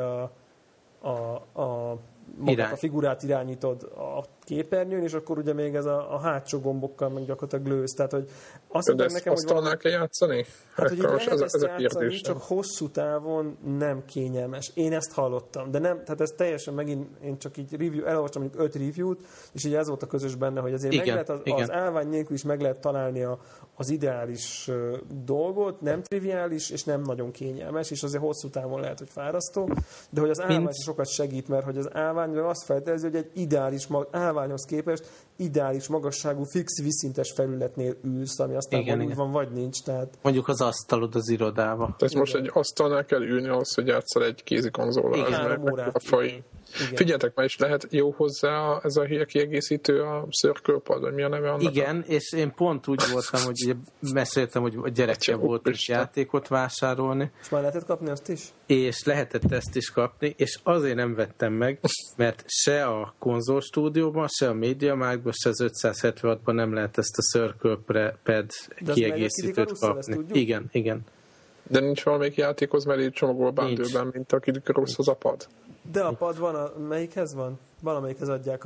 a figurát irányítod a képernyőn, és akkor ugye még ez a hátsó gombokkal meg gyakorlatilag lősz. Tehát, hogy azt mondják nekem, hogy asztalnál kell játszani? Hát, hogy lehet ezt játszani, kérdés, csak hosszú távon nem kényelmes. Én ezt hallottam, de nem, tehát ez teljesen megint, én csak így elolvastam mondjuk 5 review-t, és így ez volt a közös benne, hogy azért meg lehet az állvány nélkül is meg lehet találni az ideális dolgot, nem triviális, és nem nagyon kényelmes, és azért hosszú távon lehet, hogy fárasztó, de hogy az állvány sokat segít, mert hogy az állvány azt feltételezi, hogy egy ideális állványhoz képest ideális magasságú, fix vízszintes felületnél ülsz, ami aztán úgy van, vagy nincs. Tehát... Mondjuk az asztalod az irodába. Tehát most egy asztalnál kell ülni ahhoz, hogy játsszal egy kézi konzollal. 3 órát. Figyeljetek, már is lehet jó hozzá ez a kiegészítő, a circle-pad, vagy mi a neve annak? Igen, és én pont úgy voltam, hogy ugye meséltem, hogy a gyerekkel volt is játékot vásárolni. És már lehetett kapni azt is? És lehetett ezt is kapni, és azért nem vettem meg, mert se a konzolstúdióban, se a MediaMarktban, se az 576-ban nem lehet ezt a circle-pad kiegészítőt kapni. Igen. De nincs valamelyik játékhoz, mert így csomagol bundle-ben, mint a Kid Icarushoz a pad. De a pad van, melyikhez van? Valamelyikhez adják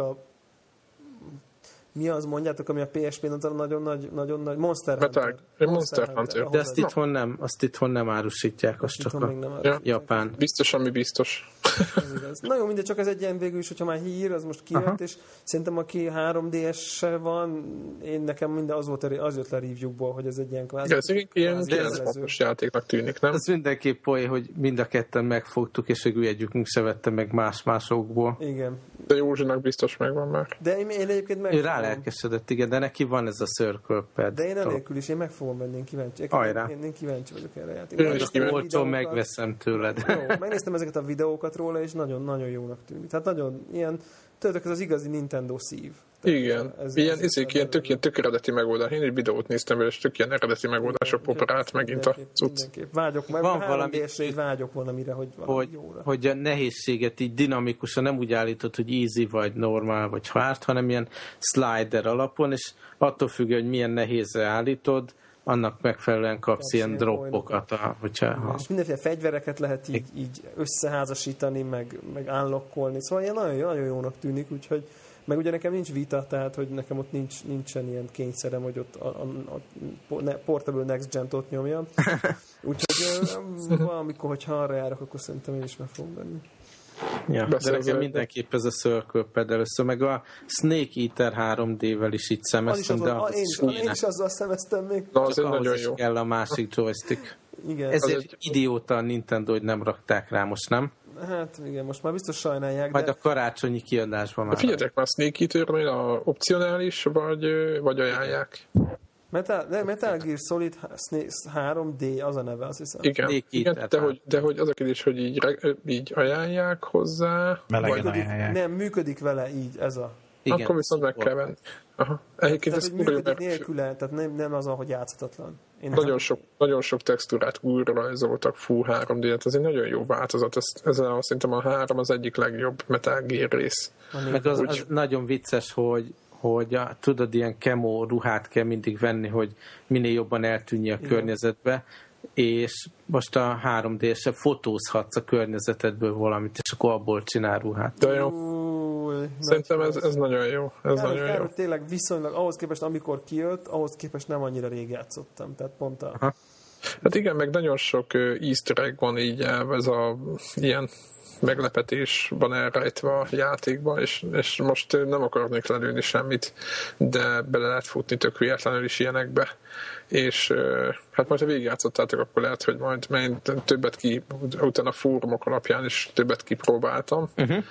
mi az, mondjátok, ami a PSP-n az a nagyon nagy Monster Hunter. Monster Hunter. De azt itthon nem árusítják, azt csak a Japán. Biztos, ami biztos. Na jó, mindegy, csak ez egy ilyen végül is, hogyha már hír, az most kijött, és szerintem aki 3DS-sel van, nekem minden az jött le a review-ból, hogy ez egy ilyen kvázi. Ez ilyen 9 játéknak tűnik, nem? Ez mindenképp olyan, hogy mind a ketten megfogtuk, és végül egyikünk se vette meg más-másokból. Igen. De Józsinak biztos megvan már. De én egyébként meg. Ő rálelkesedett, igen, de neki van ez a circle-pad. De én enélkül is, én meg fogom venni, én kíváncsi. Én kíváncsi vagyok erre játékra. Olcsón megveszem tőled. Jó, megnéztem ezeket a videókat róla, és nagyon-nagyon jónak tűnik. Tehát nagyon ilyen, tudod, ez az igazi Nintendo szív. Igen, ilyen tök eredeti megoldás. Én egy videót néztem vele, és tök ilyen eredeti megoldásra poparált megint a cucc. Vágyok, van valami, vágyok valamire, hogy valami jóra. Hogy a nehézséget így dinamikusan nem úgy állítod, hogy easy, vagy normál, vagy hard, hanem ilyen slider alapon, és attól függ, hogy milyen nehézre állítod, annak megfelelően kapsz ilyen droppokat. És mindenféle fegyvereket lehet így összeházasítani, meg unlockolni. Szóval ilyen nagyon jónak tűnik, úgyhogy meg ugye nekem nincs vita, tehát hogy nekem ott nincsen ilyen kényszerem, hogy ott a Portable Next Gen-t ott nyomjam. Úgyhogy valamikor, hogyha arra járok, akkor szerintem én is meg fogom venni. Ja, de nekem mindenképp ez a circle-pad először, meg a Snake Eater 3D-vel is itt szemeztem, de én is azzal szemeztem még. Na, az nagyon jó. Kell a másik joystick. Igen. Ezért idióta a Nintendo, hogy nem rakták rá, most nem? Hát igen, most már biztos sajnálják. Majd a karácsonyi kiadásban már. Figyeljetek már, Snake Eater a opcionális, vagy ajánlják? Metal Gear Solid 3D az a neve, azt hiszem. Igen, de hogy az a kérdés, hogy így ajánlják hozzá. Melegen ajánlják. Nem, működik vele így, ez a... Igen, akkor viszont meg kell venni. Aha. Tehát, hogy működik nélküle, tehát nem az, hogy játszhatatlan. Nagyon sok textúrát újra rajzoltak full 3D-et, ez egy nagyon jó változat. Ezzel szerintem a 3 az egyik legjobb Metal Gear rész. Meg az nagyon vicces, hogy tudod, ilyen kemo ruhát kell mindig venni, hogy minél jobban eltűnj a környezetbe, és most a 3D-se fotózhatsz a környezetedből valamit, és akkor abból csinál ruhát. De jó. Szerintem ez nagyon jó. Jó. Tényleg viszonylag ahhoz képest, amikor kijött, ahhoz képest nem annyira rég játszottam. Tehát pont a... Hát igen, meg nagyon sok easter egg van így, ez a ilyen meglepetés van elrejtve a játékban, és most nem akarnék lelőni semmit, de bele lehet futni tök véletlenül is ilyenekbe. És hát majd ha végigjátszottátok, akkor lehet, hogy majd többet utána a fórumok alapján is többet kipróbáltam.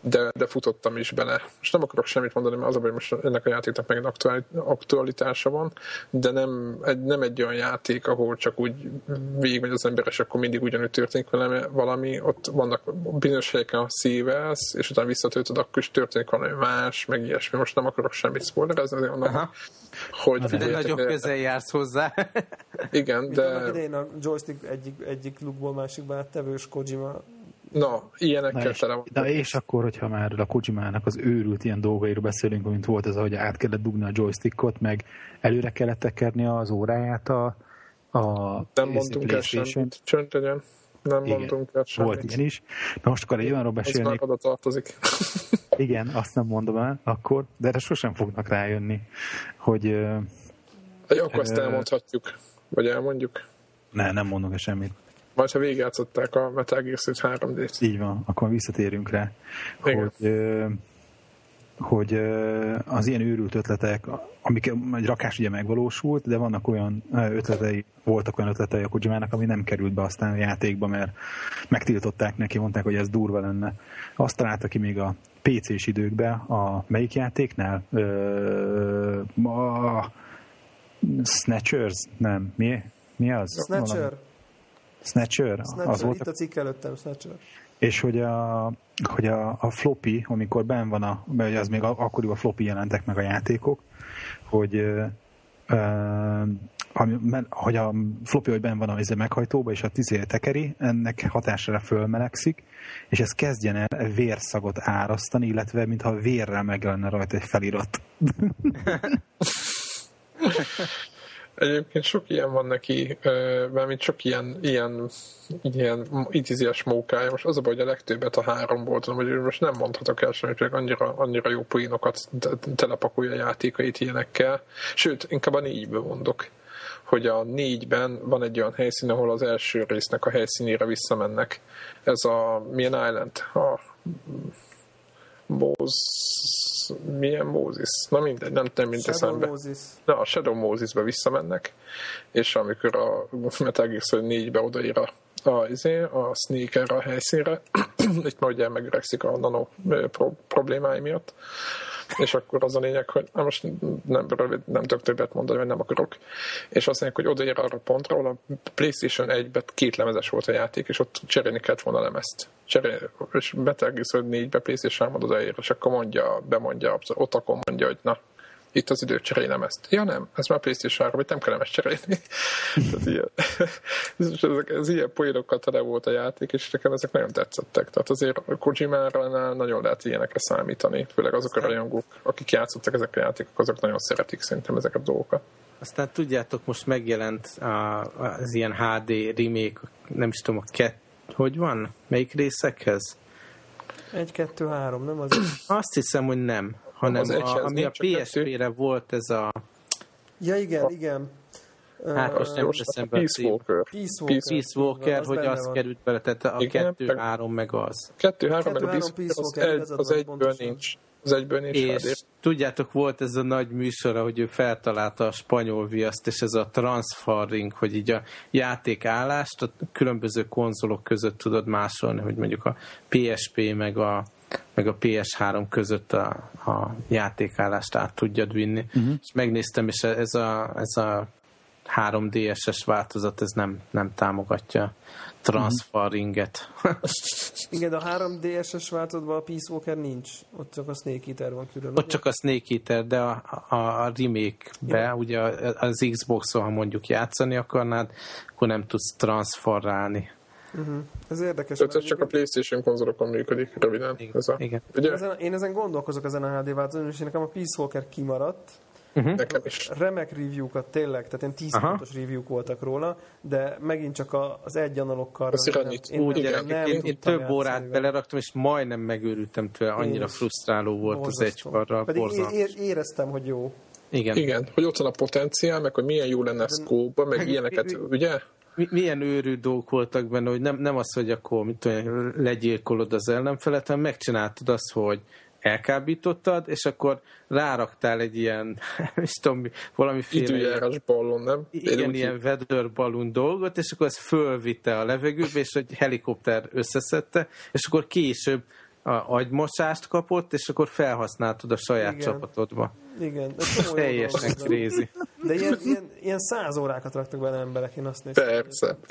de futottam is bele. Most nem akarok semmit mondani, mert az a baj, most ennek a játéknak meg aktualitása van, de nem egy olyan játék, ahol csak úgy végigmegy az ember, és akkor mindig ugyanúgy történik vele valami. Ott vannak bizonyos helyeken a szívelsz, és utána visszatöltöd, akkor is történik valami más, meg ilyesmi. Most nem akarok semmit spoilerezni, azért annak, hogy... De nagyon közel jársz hozzá. Igen, mint de... annak idején a joystick egyik lukból másikba áttevős Kojima. Na, ilyenekkel tele van. Na és akkor, hogyha már a Kojimának az őrült ilyen dolgairól beszélünk, mint volt ez, hogy át kellett dugni a joystickot, meg előre kellett tekerni az óráját a nem mondtunk el semmit, csönd legyen. Nem mondtunk el semmit. Volt ilyen is. Na most akkor egy olyanról beszélnék. Ez már oda tartozik. Igen, azt nem mondom el akkor, de erre sosem fognak rájönni, hogy... Akkor azt elmondhatjuk. Vagy elmondjuk. Nem mondunk semmit. Majd, ha végigjátszották a Metal Gear Solid 3D-t. Így van, akkor visszatérünk rá, hogy az ilyen őrült ötletek, amik egy rakás ugye megvalósult, de vannak voltak olyan ötletei a Kojimának, ami nem került be aztán a játékba, mert megtiltották neki, mondták, hogy ez durva lenne. Azt találta ki még a PC-s időkben, a melyik játéknál? Snatchers? Nem. Mi az? Snatcher? Az volt itt a cikk előttem, Snatcher. És hogy a floppy, amikor benn van mert az még akkoriban floppy jelentek meg a játékok, hogy a floppy, hogy benn van a meghajtóba, és a tekeri, ennek hatására fölmelegszik, és ez kezdjen el vérszagot árasztani, illetve mintha vérrel megjelenne rajta egy felirat. Egyébként sok ilyen van neki, mármint sok ilyen idézés mókája. Most az a baj, hogy a legtöbbet a 3-ból tudom, hogy most nem mondhatok el semmit, hogy annyira jó poénokat telepakolja a játékait ilyenekkel. Sőt, inkább a 4-ből mondok, hogy a 4-ben van egy olyan helyszín, ahol az első résznek a helyszínére visszamennek. Ez a milyen island? Milyen Moses? Na mindegy, nem mint eszembe. Na, a Shadow Moses-be visszamennek, és amikor a Metal Gear Solid 4-be odaír a Snake erre a helyszínre, itt már ugye megöregszik a nano problémái miatt, és akkor az a lényeg, hogy most nem tudok többet mondani, mert nem akarok, és azt mondják, hogy odaér arra pontra, ahol a PlayStation 1-ben 2 lemezes volt a játék, és ott cserélni kellett volna a lemezt. És Metal Gear Solid 4-be PlayStation 3 odaér, és akkor bemondja, ott akkor mondja, hogy na, itt az idő, cserélem ezt. Ja nem, ez már PlayStation 3, itt nem kell lemezt cserélni. ez ilyen poénokkal tele volt a játék, és nekem ezek nagyon tetszettek. Tehát azért a Kojimára nagyon lehet ilyenekre számítani, főleg azok a rajongók, akik játszottak ezek a játékok, azok nagyon szeretik szerintem ezeket a dolgokat. Aztán tudjátok, most megjelent az ilyen HD remake, nem is tudom, hogy van? Melyik részekhez? 1, 2, 3, nem az? Azt hiszem, hogy nem, hanem ami a PSP-re volt ez a... Ja, igen. Hát most nem teszem be a Peace Walker, hogy az került bele, tehát a 2-3 meg az. 2-3 meg a Peace Walker, az egyből nincs. És tudjátok, volt ez a nagy műsora, hogy ő feltalálta a spanyol viaszt, és ez a transferring, hogy így a játékállást a különböző konzolok között tudod másolni, hogy mondjuk a PSP meg a PS3 között a játékállást át tudjad vinni. És megnéztem, és ez a 3DS-es változat, ez nem támogatja transferringet. Igen, a 3DS-es változatban a Peace Walker nincs. Ott csak a Snake Eater van külön. Ott csak a Snake Eater, de a remake-be, ugye az Xbox-on, ha mondjuk játszani akarnád, akkor nem tudsz transferálni. Ez érdekes. Ez csak a PlayStation konzolokon működik, röviden. Igen. Én ezen gondolkozok ezen a HD változaton, és nekem a Peace Walker kimaradt. Nekem is. Remek review-kat tényleg, tehát ilyen 10 pontos review-k voltak róla, de megint csak az egy analokkal. Én több órát beleraktam, és majdnem megőrültem tőle, annyira frusztráló volt az egyparral. Pedig éreztem, hogy jó. Igen, hogy ott van a potenciál, meg hogy milyen jó lenne a scope-ba, meg ilyeneket, ugye? Milyen őrült dolgok voltak benne, hogy nem az, hogy akkor legyilkolod az ellenfelet, hanem megcsináltad azt, hogy elkábítottad, és akkor ráraktál egy ilyen, és tudom, valamiféle... Időjárás ballon, nem? Igen, ilyen weather balloon dolgot, és akkor ez fölvitte a levegőbe, és egy helikopter összeszedte, és akkor később agymosást kapott, és akkor felhasználtad a saját csapatodba. Igen. Teljesen crazy. De ilyen 100 órákat raktak bele emberek, én azt néztem.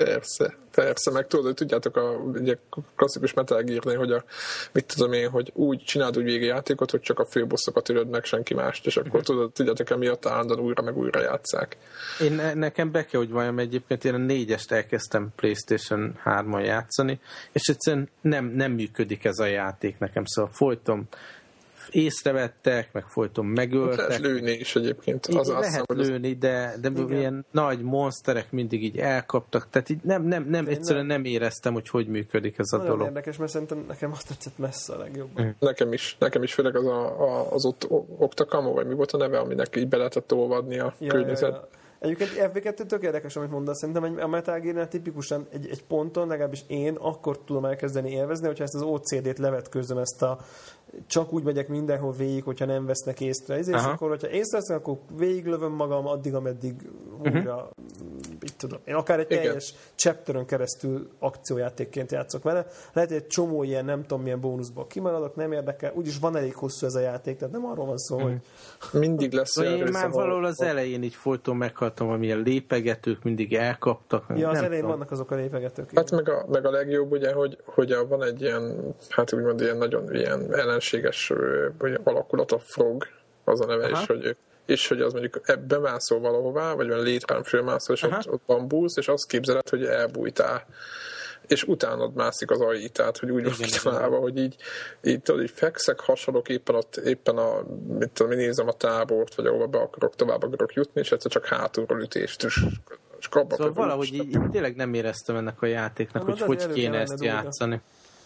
Persze, meg tudjátok ugye klasszikus Metal Gear-nél, hogy mit tudom én, hogy úgy csináld úgy végigjátékot, hogy csak a főbosszokat ölöd meg, senki mást, és akkor tudjátok, emiatt állandóan újra meg újra játsszák. Nekem be kell, hogy valljam, egyébként én a 4-est elkezdtem PlayStation 3-on játszani, és egyszerűen nem működik ez a játék nekem, szóval folyton észrevettek, meg folyton megöltek. Lehet lőni is egyébként. Lehet lőni, de ilyen nagy monsterek mindig így elkaptak, tehát így egyszerűen nem éreztem, hogy működik ez a dolog. Nagyon érdekes, mert szerintem nekem azt tetszett messze a legjobban. Nekem is főleg az Octakamo, vagy mi volt a neve, aminek így be lehetett olvadni a környezet. Ja. Egyébként FB2 tök érdekes, amit mondasz. Szerintem a Metal Gear-nél tipikusan egy ponton, legalábbis én akkor tudom elkezdeni élvezni, hogyha ezt az OCD-t levetkőzöm, ezt a csak úgy megyek mindenhol végig, hogyha nem vesznek észre. És akkor, hogyha észrevesznek, akkor végiglövöm magam addig, ameddig újra, így tudom. Én akár egy teljes chapteron keresztül akciójátékként játszok vele. Lehet, hogy egy csomó ilyen, nem tudom milyen bónuszból kimaradok, nem érdekel. Úgyis van elég hosszú ez a játék, tehát nem arról van szó, hogy... Mindig lesz. Én már valahol az elején így folyton meghaltam, amilyen lépegetők mindig elkaptak. Ja, az elején vannak azok a lépegetők. Hát meg a legjobb ugye, hogy van egy ilyen, hát úgymond ilyen nagyon ilyen ellenséges alakulat, a Frog, az a neve, és hogy az mondjuk bemászol valahová, vagy olyan létrán fölmászol, és ott bambulsz, és azt képzeled, hogy elbújtál. És utánad mászik az AI, tehát hogy úgy van kitalálva, hogy így tudod, így fekszek, hasadok éppen mit tudom, én nézem a tábort, vagy ahova tovább akarok jutni, és egyszer csak hátulról ütést, és szóval valahogy így tényleg nem éreztem ennek a játéknak, hogy kéne ezt játszani.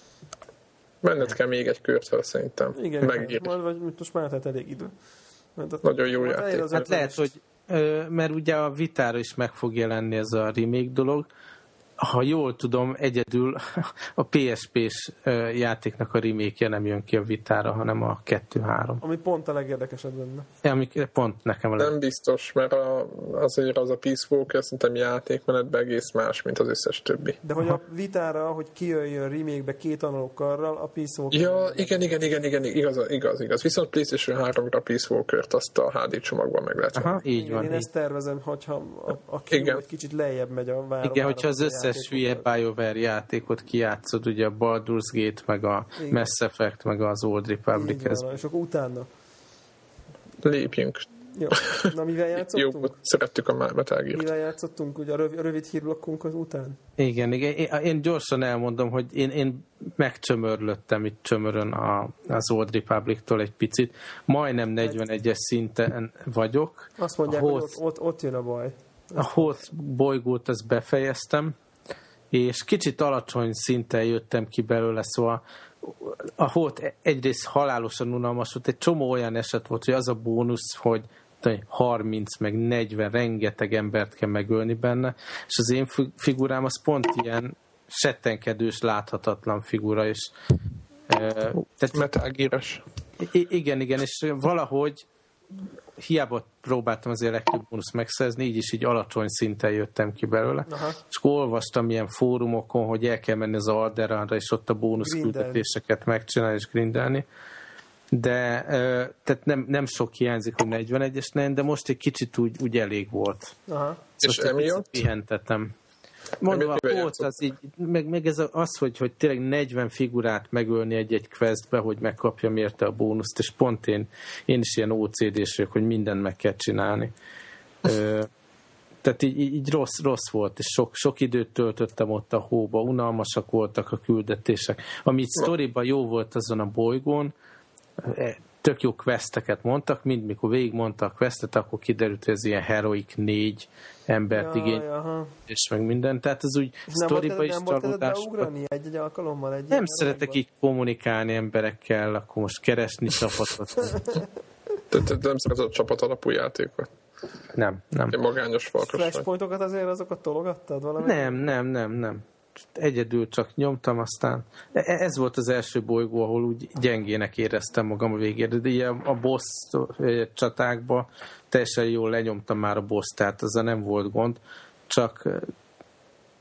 Menned kell még egy kört fel, szerintem. Igen, vagy most már lehet elég idő. Nagyon jó játék. Hát lehet, hogy mert ugye a Vitára is meg fog jelenni ez a remake dolog. Ha jól tudom, egyedül a PSP-s játéknak a remake-je nem jön ki a Vitára, hanem a 2-3. Ami pont a legérdekesebb benne. Ami pont nekem nem biztos, mert azért az a Peace Walker szerintem játékmenetben egész más, mint az összes többi. De hogy a Vitára, hogy kijöjjön remake-be 2 analógkarral, a Peace Walker... Ja, igen, igaz. Viszont PlayStation 3-ra Peace Walker-t azt a HD csomagban meg lehet. Aha, így van. Én ezt tervezem, hogyha a Q egy kicsit lejjebb megy a vára. Igen, hogyha az összes hülye BioWare játékot kijátszod, ugye a Baldur's Gate, meg a Mass Effect, meg az Old Republic. És akkor utána lépjünk. Jó. Na, mivel játszottunk? Jó, szerettük a Metal Gear-t. Mivel játszottunk, ugye a rövid hírblokkunk az után? Igen. Én gyorsan elmondom, hogy én megcsömörlöttem itt csömörön az Old Republic-tól egy picit. Majdnem 41-es szinten vagyok. Azt mondják, hogy ott jön a baj. A Hoth bolygót azt befejeztem, és kicsit alacsony szinten jöttem ki belőle, szóval a Hoth egyrészt halálosan unalmas volt, egy csomó olyan eset volt, hogy az a bónusz, hogy 30 meg 40 rengeteg embert kell megölni benne, és az én figurám az pont ilyen settenkedős, láthatatlan figura, és Metal Gear-es. Igen, és valahogy hiába próbáltam azért legtöbb bónusz megszerzni, így alacsony szinten jöttem ki belőle. Aha. És olvastam ilyen fórumokon, hogy el kell menni az Alderanra, és ott a bónusz küldetéseket megcsinálni és grindelni. De tehát nem sok hiányzik, hogy 41-es, de most egy kicsit úgy elég volt. Aha. És emiatt? Pihentettem. Mondom, a Hoth az így, meg ez az, hogy tényleg 40 figurát megölni egy questbe, hogy megkapjam érte a bónuszt, és pont én is ilyen OCD-s vagyok, hogy mindent meg kell csinálni. Tehát így rossz volt, és sok időt töltöttem ott a hóba, unalmasak voltak a küldetések. Ami itt sztoriban jó volt azon a bolygón, tök jó questeket mondtak, mind mikor végigmondta a questet, akkor kiderült, hogy ez ilyen Heroic 4 embert igény, és meg minden. Tehát ez úgy sztoriba is csalódás. Egy alkalommal? Nem szeretek így kommunikálni emberekkel, akkor most keresni csapatot. Tehát nem szereted a csapat alapú játékot? Nem. Egy magányos farkas. Flashpointokat azért azokat tologattad valami? Nem. Egyedül csak nyomtam, aztán ez volt az első bolygó, ahol úgy gyengének éreztem magam a végére, de ilyen a boss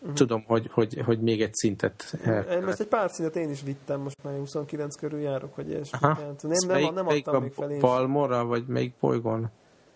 tudom, hogy még egy szintet most egy pár szintet én is vittem, most már 29 körül járok, hogy ilyesmi. Nem adtam még fel. Palmora, vagy melyik bolygón?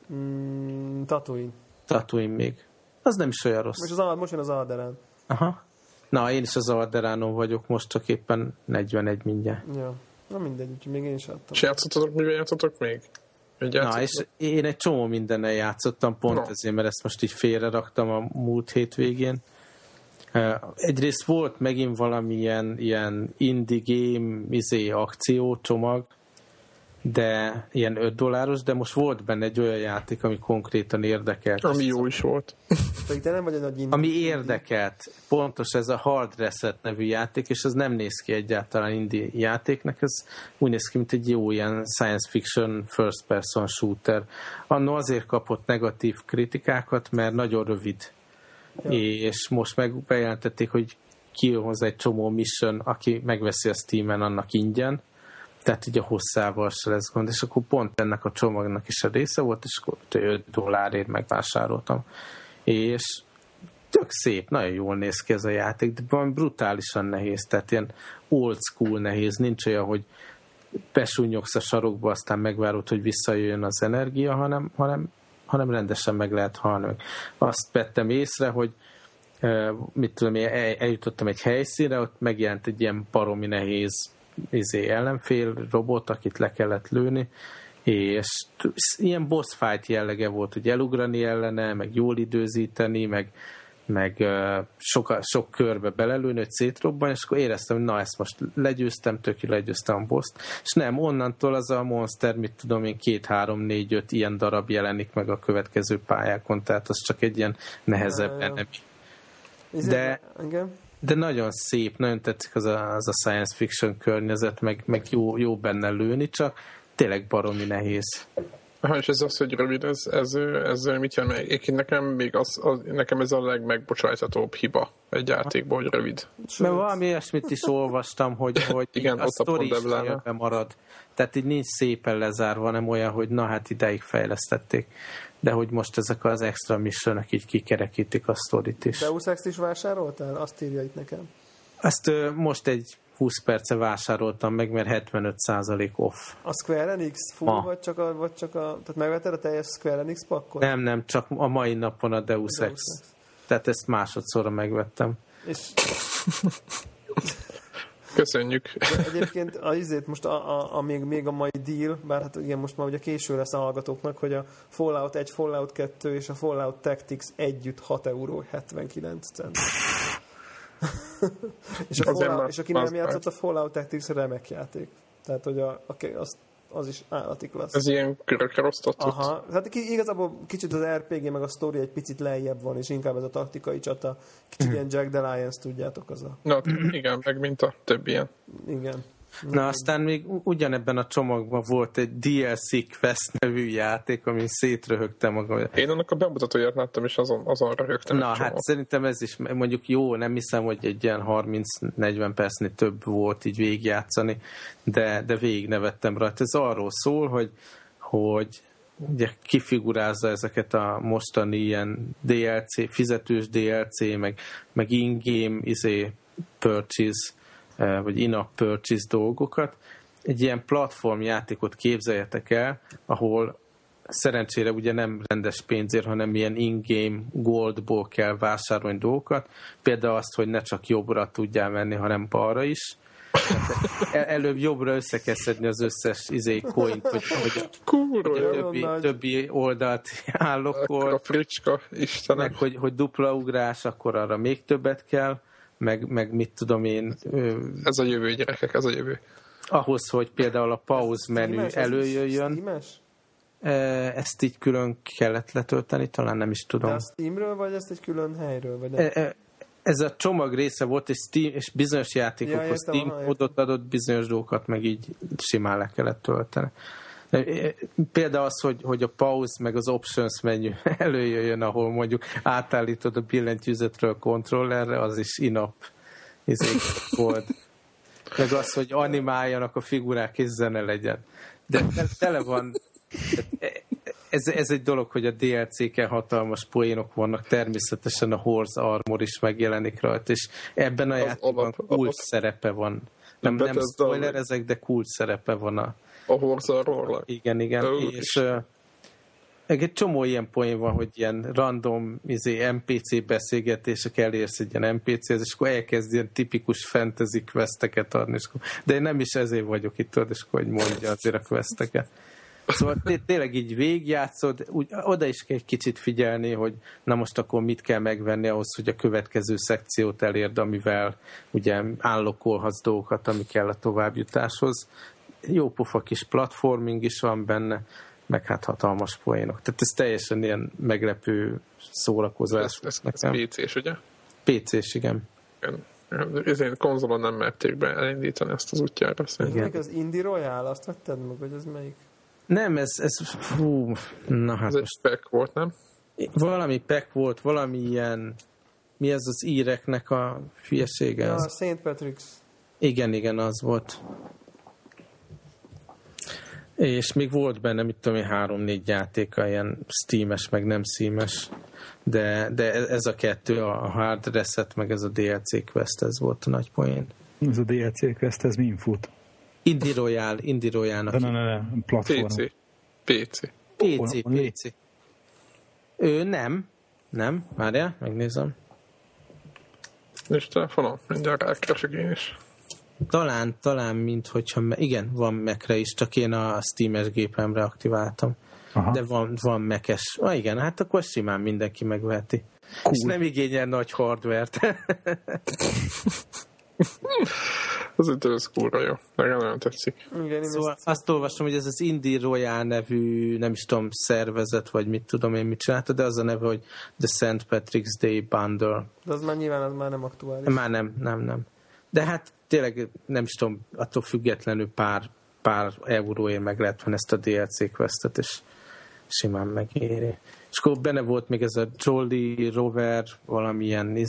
Tatooine még. Az nem is olyan rossz. Most jön az Alderaan. Aha. Na, én is az Alderánon vagyok, most csak éppen 41 mindjárt. Ja. Na mindegy, úgyhogy még én is adtam. És játszottatok, mivel játszotok még? Na, és én egy csomó mindennel játszottam, pont ezért, mert ezt most így félre raktam a múlt hétvégén. Egyrészt volt megint valamilyen ilyen indie game akciócsomag, de ilyen $5, de most volt benne egy olyan játék, ami konkrétan érdekelt. Ami jó is volt. De nem vagy egy nagy ami érdekelt. Pontos, ez a Hard Reset nevű játék, és ez nem néz ki egyáltalán indie játéknak, ez úgy néz ki, mint egy jó ilyen science fiction first person shooter. Anno azért kapott negatív kritikákat, mert nagyon rövid. Ja. És most meg bejelentették, hogy kijön hozzá egy csomó mission, aki megveszi a Steamen, annak ingyen. Tehát így a hosszával se lesz gond, és akkor pont ennek a csomagnak is a része volt, és akkor $5 megvásároltam. És tök szép, nagyon jól néz ki ez a játék, de valami brutálisan nehéz, tehát ilyen old school nehéz, nincs olyan, hogy besúnyogsz a sarokba, aztán megvárod, hogy visszajöjjön az energia, hanem rendesen meg lehet halni. Azt vettem észre, hogy mit tudom, eljutottam egy helyszínre, ott megjelent egy ilyen baromi nehéz ellenfél robot, akit le kellett lőni, és ilyen boss fight jellege volt, hogy elugrani ellene, meg jól időzíteni, meg sok körbe belelőni, hogy szétrobban, és akkor éreztem, hogy na, ezt most legyőztem, legyőztem a boss-t, és nem, onnantól az a monster, mit tudom én, 2, 3, 4, 5 ilyen darab jelenik meg a következő pályákon, tehát az csak egy ilyen nehezebb enemi. De nagyon szép, nagyon tetszik az a science fiction környezet, meg jó benne lőni, csak tényleg baromi nehéz. És ez az, hogy rövid, ez mit jön meg? Nekem ez a legmegbocsájtatóbb hiba egy játékban, hogy rövid. Mert valami ilyesmit is olvastam, hogy igen, a sztori is fejben marad. Tehát így nincs szépen lezárva, hanem olyan, hogy na hát ideig fejlesztették. De hogy most ezek az extra missionok így kikerekítik a sztorit is. Deus Ex is vásároltál? Azt írja itt nekem. Ezt most egy 20 perce vásároltam meg, mert 75% off. A Square Enix full, vagy csak a... Tehát megvetted a teljes Square Enix pakkot? Nem, csak a mai napon a Deus Ex. Tehát ezt másodszorra megvettem. És... Köszönjük. De egyébként most még a mai deal, bár hát igen, most már ugye késő lesz a hallgatóknak, hogy a Fallout 1, Fallout 2 és a Fallout Tactics együtt €6.79. és aki nem játszott a Fallout Tactics, remek játék. Tehát, hogy az is állati klassz. Ez ilyen körökre osztott? Aha. Hát igazából kicsit az RPG meg a sztori egy picit lejjebb van, és inkább ez a taktikai csata. Kicsit ilyen Jack the Lions, tudjátok, az a... Na, igen, meg mint a többi ilyen. Igen. Na, aztán még ugyanebben a csomagban volt egy DLC Quest nevű játék, amin szétröhögtem magam. Én annak a bemutatóját láttam, és azon röhögtem. Na, hát szerintem ez is, mondjuk jó, nem hiszem, hogy egy ilyen 30-40 percnél több volt így végigjátszani, de végig nevettem rajta. Ez arról szól, hogy ugye kifigurázza ezeket a mostani ilyen DLC, fizetős DLC, meg in-game purchase, vagy in-app purchase dolgokat. Egy ilyen platformjátékot képzeljetek el, ahol szerencsére ugye nem rendes pénzért, hanem ilyen in-game goldból kell vásárolni dolgokat. Például azt, hogy ne csak jobbra tudjál menni, hanem balra is. Előbb jobbra össze kell szedni az összes coint, hogy többi oldalt állokkor. A fricska, Istenem. Meg hogy dupla ugrás, akkor arra még többet kell. Meg mit tudom én... Ez a jövő, gyerekek, ez a jövő. Ahhoz, hogy például a pause menü előjöjjön. Ezt így külön kellett letölteni, talán nem is tudom. De a Steamről, vagy ezt egy külön helyről? Vagy ez a csomag része volt, és bizonyos játékokhoz Steam módot adott, bizonyos dolgokat meg így simán le kellett tölteni. Például az, hogy a pause meg az options menü előjöjjön, ahol mondjuk átállítod a billentyűzetről a kontrollerre, az is in-app volt. Meg az, hogy animáljanak a figurák és zene legyen. De tele van... ez egy dolog, hogy a DLC-ken hatalmas poénok vannak, természetesen a Horse Armor is megjelenik rajta, és ebben a játékban kult szerepe van. Nem spoiler ezek, de kult szerepe van a Horse Armornak. Igen. És egy csomó ilyen poén van, hogy ilyen random NPC beszélgetések, elérsz egy ilyen NPC-hez, és akkor elkezd ilyen tipikus fantasy questeket adni, de én nem is ezért vagyok itt, és akkor mondja azért a questeket. Szóval tényleg így végigjátszod, oda is kell egy kicsit figyelni, hogy na most akkor mit kell megvenni ahhoz, hogy a következő szekciót elérd, amivel ugye unlockolhatsz dolgokat, ami kell a továbbjutáshoz. Jó pofa kis platforming is van benne, meg hát hatalmas poénok. Tehát ez teljesen ilyen meglepő szórakozás. Ez PC-s, ugye? PC-s, igen. Ezért konzolon nem merték be elindítani ezt az útjára. Igen. Az Indie Royale, azt vetted meg, hogy ez melyik? Nem, ez na hát ez most... egy pack volt, nem? Valami pack volt, valami ilyen, mi ez az íreknek a hülyesége? Ja, St. Patrick's. Igen, az volt. És még volt benne, mit tudom én, 3-4 játéka, ilyen Steam-es, meg nem Steam-es, de ez a kettő, a Hard Reset, meg ez a DLC Quest, ez volt a nagy poén. Ez a DLC Quest, ez min fut? Indie Royale-nak. Ne, platform. PC. Nem, várjál, megnézem. Nincs telefonom, mindjárt elkeresek én is. Talán minthogyha, igen, van Mac-re is, csak én a Steam-es gépemre aktiváltam. Aha. De van Mac-es. Igen, hát akkor simán mindenki megveheti. Cool. És nem igényel nagy hardware-t. Ez kurva jó. Nekem nagyon tetszik. Igen, szóval azt olvasom, hogy ez az Indie Royale nevű, nem is tudom, szervezet, vagy mit tudom én mit csinálta, de az a neve, hogy The St. Patrick's Day Bundle. De az már nyilván az már nem aktuális. Már nem. De hát tényleg nem is tudom, attól függetlenül pár euróért meg lehet venni ezt a DLC questet, és simán megéri. És akkor benne volt még ez a Jolly Rover, valamilyen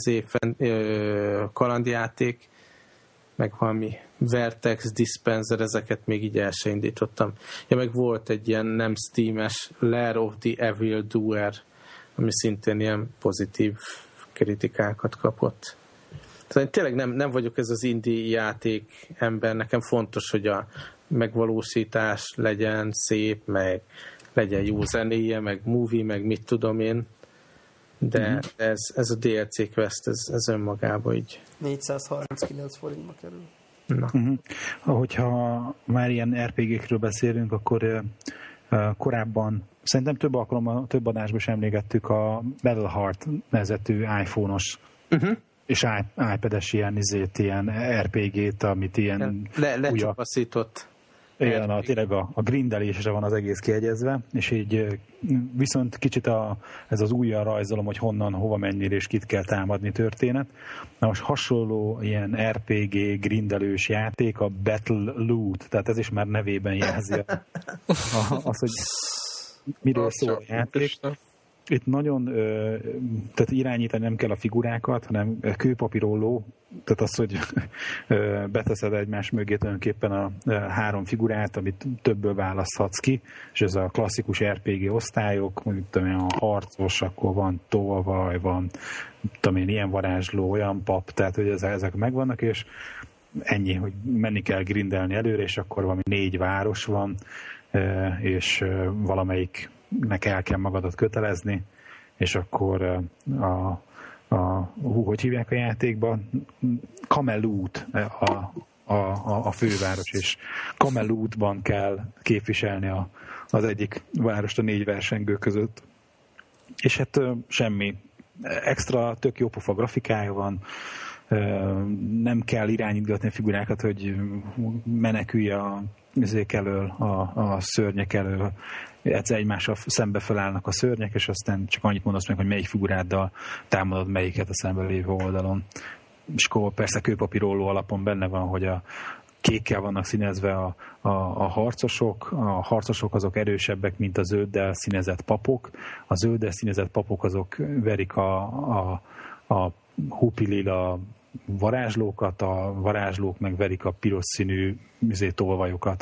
kalandjáték, meg valami Vertex Dispenser, ezeket még így el se indítottam. Ja, meg volt egy ilyen nem Steam-es Lair of the Evil Doer, ami szintén ilyen pozitív kritikákat kapott. Tehát tényleg nem vagyok ez az indie játék ember, nekem fontos, hogy a megvalósítás legyen szép, meg legyen jó zenéje, meg movie, meg mit tudom én, de ez a DLC Quest, ez önmagában így. 439 forintba kerül. Na. Hogyha már ilyen RPG-kről beszélünk, akkor korábban, szerintem több adásban is emlégettük a Battleheart nevezetű iPhone-os és iPad-es ilyen RPG-t, amit ilyen lecsupaszított. Igen, tényleg a grindelésre van az egész kiegyezve, és így viszont kicsit ez az újjal rajzolom, hogy honnan, hova mennél és kit kell támadni történet. Na most hasonló ilyen RPG grindelős játék a Battle Loot, tehát ez is már nevében jelzi az, hogy miről szól a játék. Itt nagyon, tehát irányítani nem kell a figurákat, hanem kőpapírolló, tehát az, hogy beteszed egymás mögé tulajdonképpen a 3 figurát, amit többből választhatsz ki, és ez a klasszikus RPG osztályok, mondjuk a harcos, akkor van tolvaj, van ilyen varázsló, olyan pap, tehát hogy ezek megvannak, és ennyi, hogy menni kell grindelni előre, és akkor valami 4 város van, és valamelyiknek el kell magadat kötelezni, és akkor hogy hívják a játékban? Camelot a főváros, és Camelotban kell képviselni az egyik várost a 4 versengő között. És hát semmi extra, tök jó pofa grafikája van, nem kell irányítgatni a figurákat, hogy menekülj a szörnyek elől, egyszer egymással szembe felállnak a szörnyek, és aztán csak annyit mondasz meg, hogy melyik figuráddal támadod melyiket a szembe lévő oldalon. És akkor persze kőpapírolló alapon benne van, hogy a kékkel vannak színezve a harcosok. A harcosok azok erősebbek, mint a zölddel színezett papok. A zölddel színezett papok azok verik a hupilila varázslókat, a varázslók meg verik a piros színű tolvajokat.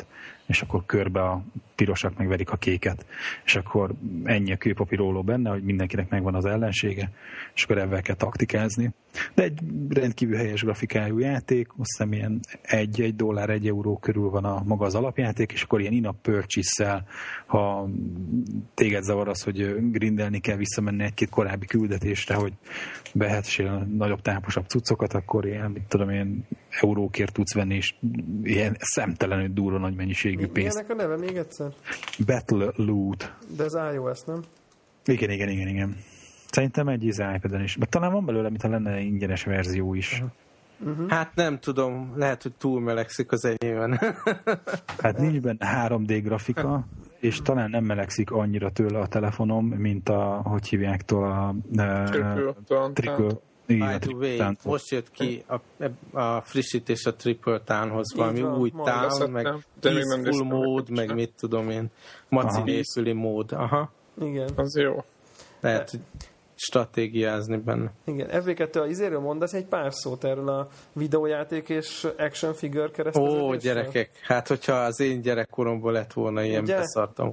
és akkor körbe a pirosak megverik a kéket, és akkor ennyi a kőpapíróló benne, hogy mindenkinek megvan az ellensége, és akkor ebben kell taktikázni. De egy rendkívül helyes grafikájú játék, azt hiszem ilyen $1 1 euró körül van a maga az alapjáték, és akkor ilyen in-app purchase-szel, ha téged zavar az, hogy grindelni kell visszamenni egy-két korábbi küldetésre, hogy behessél nagyobb, táposabb cuccokat, akkor ilyen, mit tudom én, eurókért tudsz venni, és ilyen szemtelenül durva nagy mennyiségű pénzt. Milyenek a neve még egyszer? Battle Loot. De ez iOS, nem? Igen. Szerintem egy iPad-en is. De talán van belőle, mintha lenne ingyenes verzió is. Uh-huh. Hát nem tudom, lehet, hogy túlmelegszik az enyémben. Hát nincs benne 3D grafika, és talán nem melegszik annyira tőle a telefonom, mint hogy hívják a Triple. By the way, most jött ki a frissítés a Triple Townhoz, valami új town, meg peaceful mód, meg mit tudom én, maci nélküli mód. Aha. Igen. Az jó. Lehet stratégiázni benne. Igen, FV2 az izéről mondasz egy pár szót erről a videójáték és action figure kereszteződésről? Ó, gyerekek, hát hogyha az én gyerekkoromból lett volna ilyen, beszartam.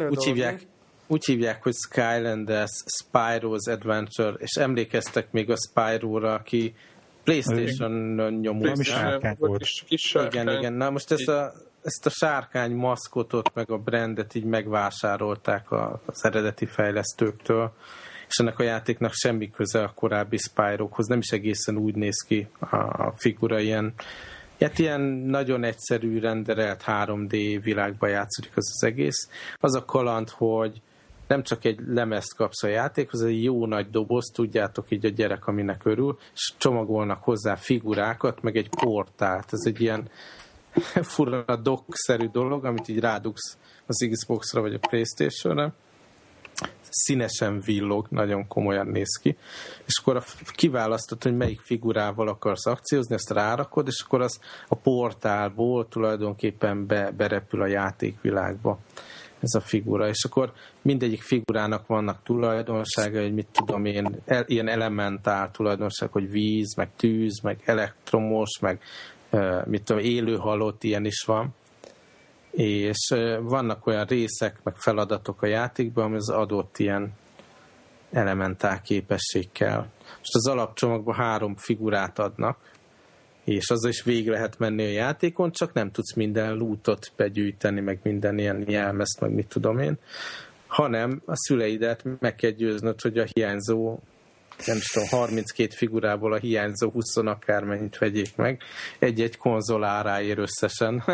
Úgy hívják, hogy Skylanders Spyro's Adventure, és emlékeztek még a Spyro-ra, aki PlayStation-on nyomult. Igen. Na most ezt a sárkány maszkotot, meg a brandet így megvásárolták az eredeti fejlesztőktől, és ennek a játéknak semmi köze a korábbi Spyro-hoz, nem is egészen úgy néz ki a figura, ilyen nagyon egyszerű, renderelt 3D világban játszik az egész. Az a kaland, hogy nem csak egy lemezt kapsz a játékhoz, egy jó nagy doboz, tudjátok így a gyerek, aminek örül, és csomagolnak hozzá figurákat, meg egy portált. Ez egy ilyen fura dock-szerű dolog, amit így rádugsz az Xbox-ra vagy a PlayStation-ra. Színesen villog, nagyon komolyan néz ki, és akkor kiválasztod, hogy melyik figurával akarsz akciózni, ezt rárakod, és akkor az a portálból tulajdonképpen berepül a játékvilágba ez a figura, és akkor mindegyik figurának vannak tulajdonságai, hogy mit tudom én, ilyen elementál tulajdonság, hogy víz, meg tűz, meg elektromos, meg mit tudom, élő halott, ilyen is van. És vannak olyan részek, meg feladatok a játékban, ami az adott ilyen elementál képesség kell. Most az alapcsomagban 3 figurát adnak, és azzal is végig lehet menni a játékon, csak nem tudsz minden lootot begyűjteni, meg minden ilyen jelmezt, meg mit tudom én, hanem a szüleidet meg kell győznöd, hogy a hiányzó, nem tudom, 32 figurából a hiányzó 20 akármennyit vegyék meg. Egy-egy konzol áráért összesen.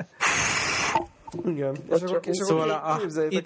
Igen. Szóval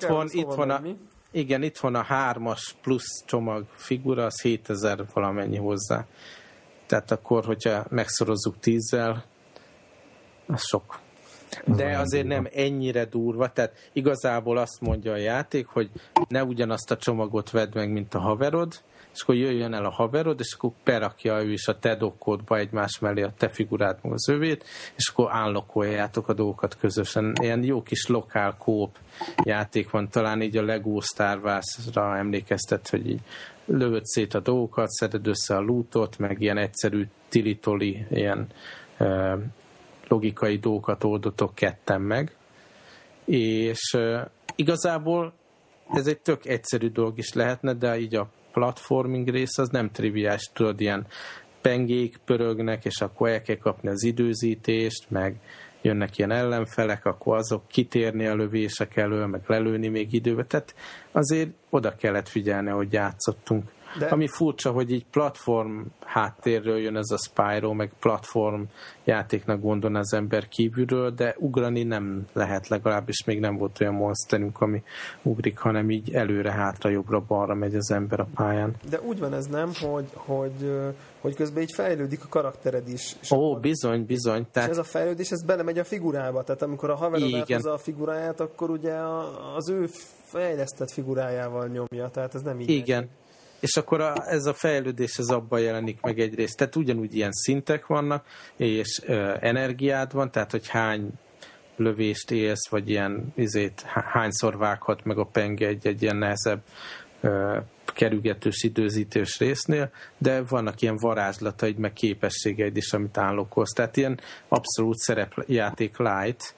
itt van a 3-as plusz csomag figura, az 7000 valamennyi hozzá. Tehát akkor, hogyha megszorozzuk 10-zel, az sok. De azért nem ennyire durva, tehát igazából azt mondja a játék, hogy ne ugyanazt a csomagot vedd meg, mint a haverod, és akkor jöjjön el a haverod, és akkor berakja ő is a te dokkódba egymás mellé a te figurát, meg az övét, és akkor unlockoljátok a dolgokat közösen. Ilyen jó kis lokál kóp játék van, talán így a Lego Star Wars-ra emlékeztet, hogy így lövöd szét a dolgokat, szeded össze a lootot, meg ilyen egyszerű tilitoli, ilyen logikai dolgokat oldotok ketten meg. És igazából ez egy tök egyszerű dolog is lehetne, de így a platforming rész az nem triviális, tudod, ilyen pengék pörögnek, és akkor el kell kapni az időzítést, meg jönnek ilyen ellenfelek, akkor azok kitérni a lövések elől, meg lelőni még időbe. Tehát azért oda kellett figyelni, hogy játszottunk. De... Ami furcsa, hogy így platform háttérről jön ez a Spyro, meg platform játéknak gondolna az ember kívülről, de ugrani nem lehet, legalábbis még nem volt olyan monsterünk, ami ugrik, hanem így előre, hátra, jobbra-balra megy az ember a pályán. De úgy van ez, nem, hogy közben így fejlődik a karaktered is. Ó, bizony. Tehát... És ez a fejlődés, ez belemegy a figurába. Tehát amikor a haverod áthozza a figuráját, akkor ugye az ő fejlesztett figurájával nyomja. Tehát ez nem így. Igen. És akkor ez a fejlődés ez abban jelenik meg egyrészt. Tehát ugyanúgy ilyen szintek vannak, és energiád van, tehát hogy hány lövést élsz, vagy ilyen hányszor vághat meg a penge egy ilyen nehezebb kerülgetős, időzítős résznél, de vannak ilyen varázslataid, meg képességeid is, amit állokhoz. Tehát ilyen abszolút szerepjáték light,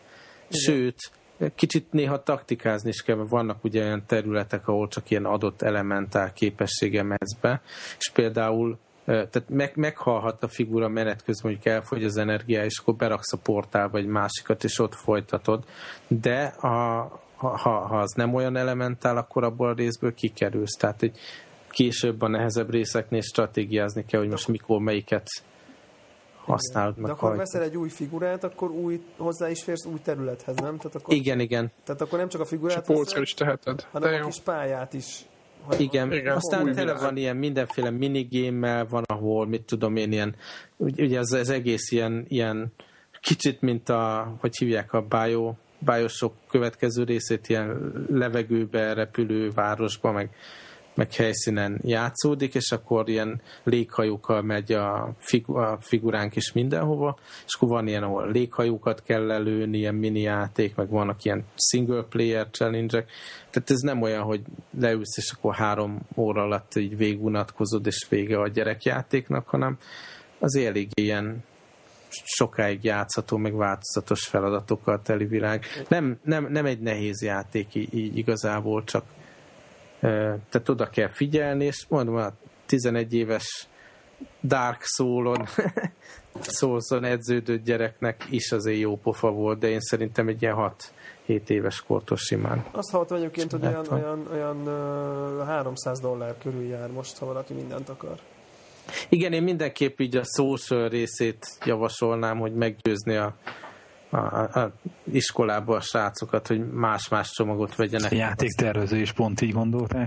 Sőt, kicsit néha taktikázni is kell, mert vannak ugye olyan területek, ahol csak ilyen adott elementál képessége mehetsz be, és például tehát meghalhat a figura menet közben, mondjuk elfogy az energia, és akkor beraksz a portálba egy másikat, és ott folytatod. De ha az nem olyan elementál, akkor abból a részből kikerülsz. Tehát egy később a nehezebb részeknél stratégiázni kell, hogy most mikor melyiket használod meg. De akkor veszel egy új figurát, akkor hozzá is férsz új területhez, nem? Tehát akkor, igen. Tehát akkor nem csak a figurát veszel, is teheted. hanem a kis pályát is. Igen. Aztán tele van ilyen mindenféle minigémmel, van ahol, mit tudom én, ilyen, ugye az egész ilyen kicsit, mint hogy hívják a Bioshock következő részét, ilyen levegőbe repülő városba, meg helyszínen játszódik, és akkor ilyen léghajókkal megy a figuránk is mindenhova, és akkor van ilyen, ahol léghajókat kell lelőni, ilyen mini játék, meg vannak ilyen single player challenge-ek. Tehát ez nem olyan, hogy leülsz, és akkor 3 óra alatt így végunatkozod, és vége a gyerekjátéknak, hanem az elég ilyen sokáig játszható, meg változatos feladatokkal teli világ. Nem egy nehéz játék így igazából, csak tehát oda kell figyelni, és mondom, a 11 éves Dark Souls-on edződött gyereknek is azért jó pofa volt, de én szerintem egy ilyen 6-7 éves kortól simán. Azt hallottam egyébként, hogy olyan $300 körül jár most, ha valaki mindent akar. Igen, én mindenképp így a social részét javasolnám, hogy meggyőzni a iskolába a srácokat, hogy más csomagot vegyenek. A játéktervező is pont így gondolták.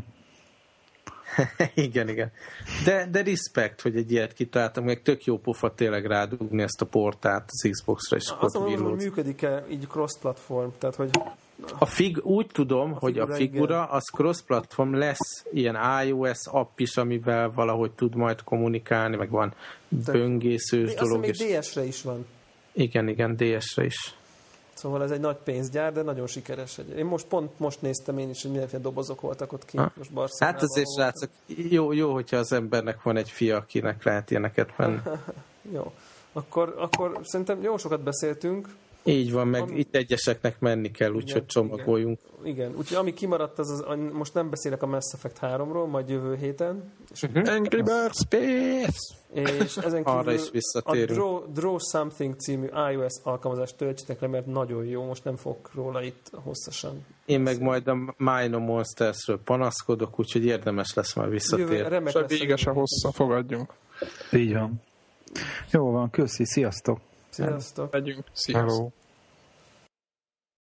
Igen. De respekt, hogy egy ilyet kitaláltam, meg tök jó pofa tényleg rádugni ezt a portát az Xbox-ra, és azt mondom, hogy működik-e így cross-platform, tehát hogy úgy tudom, hogy a figura az cross-platform, lesz ilyen iOS app is, amivel valahogy tud majd kommunikálni, meg van böngészős dolog. Azt még DS-re is van. Igen, DS-re is. Szóval ez egy nagy pénzgyár, de nagyon sikeres. Én most néztem én is, hogy mindenféle dobozok voltak ott kint. Most Barcelonában. Hát azért srácok, jó, hogyha az embernek van egy fia, akinek lehet ilyeneket venni. Jó. Akkor szerintem jó sokat beszéltünk. Így van, meg itt egyeseknek menni kell, úgyhogy csomagoljunk. Igen, úgyhogy ami kimaradt, most nem beszélek a Mass Effect 3-ról, majd jövő héten. Angry Birds Space! És ezen kívül arra is visszatérünk. A Draw Something című iOS alkalmazást töltsétek le, mert nagyon jó, most nem fogok róla itt hosszasan. Én meg majd a Mine Monstersről panaszkodok, úgyhogy érdemes lesz már visszatérni. És véges a hossza, fogadjunk. Így van. Jó van, köszi, sziasztok! Sziasztok! Megyünk, sziasztok! Hello.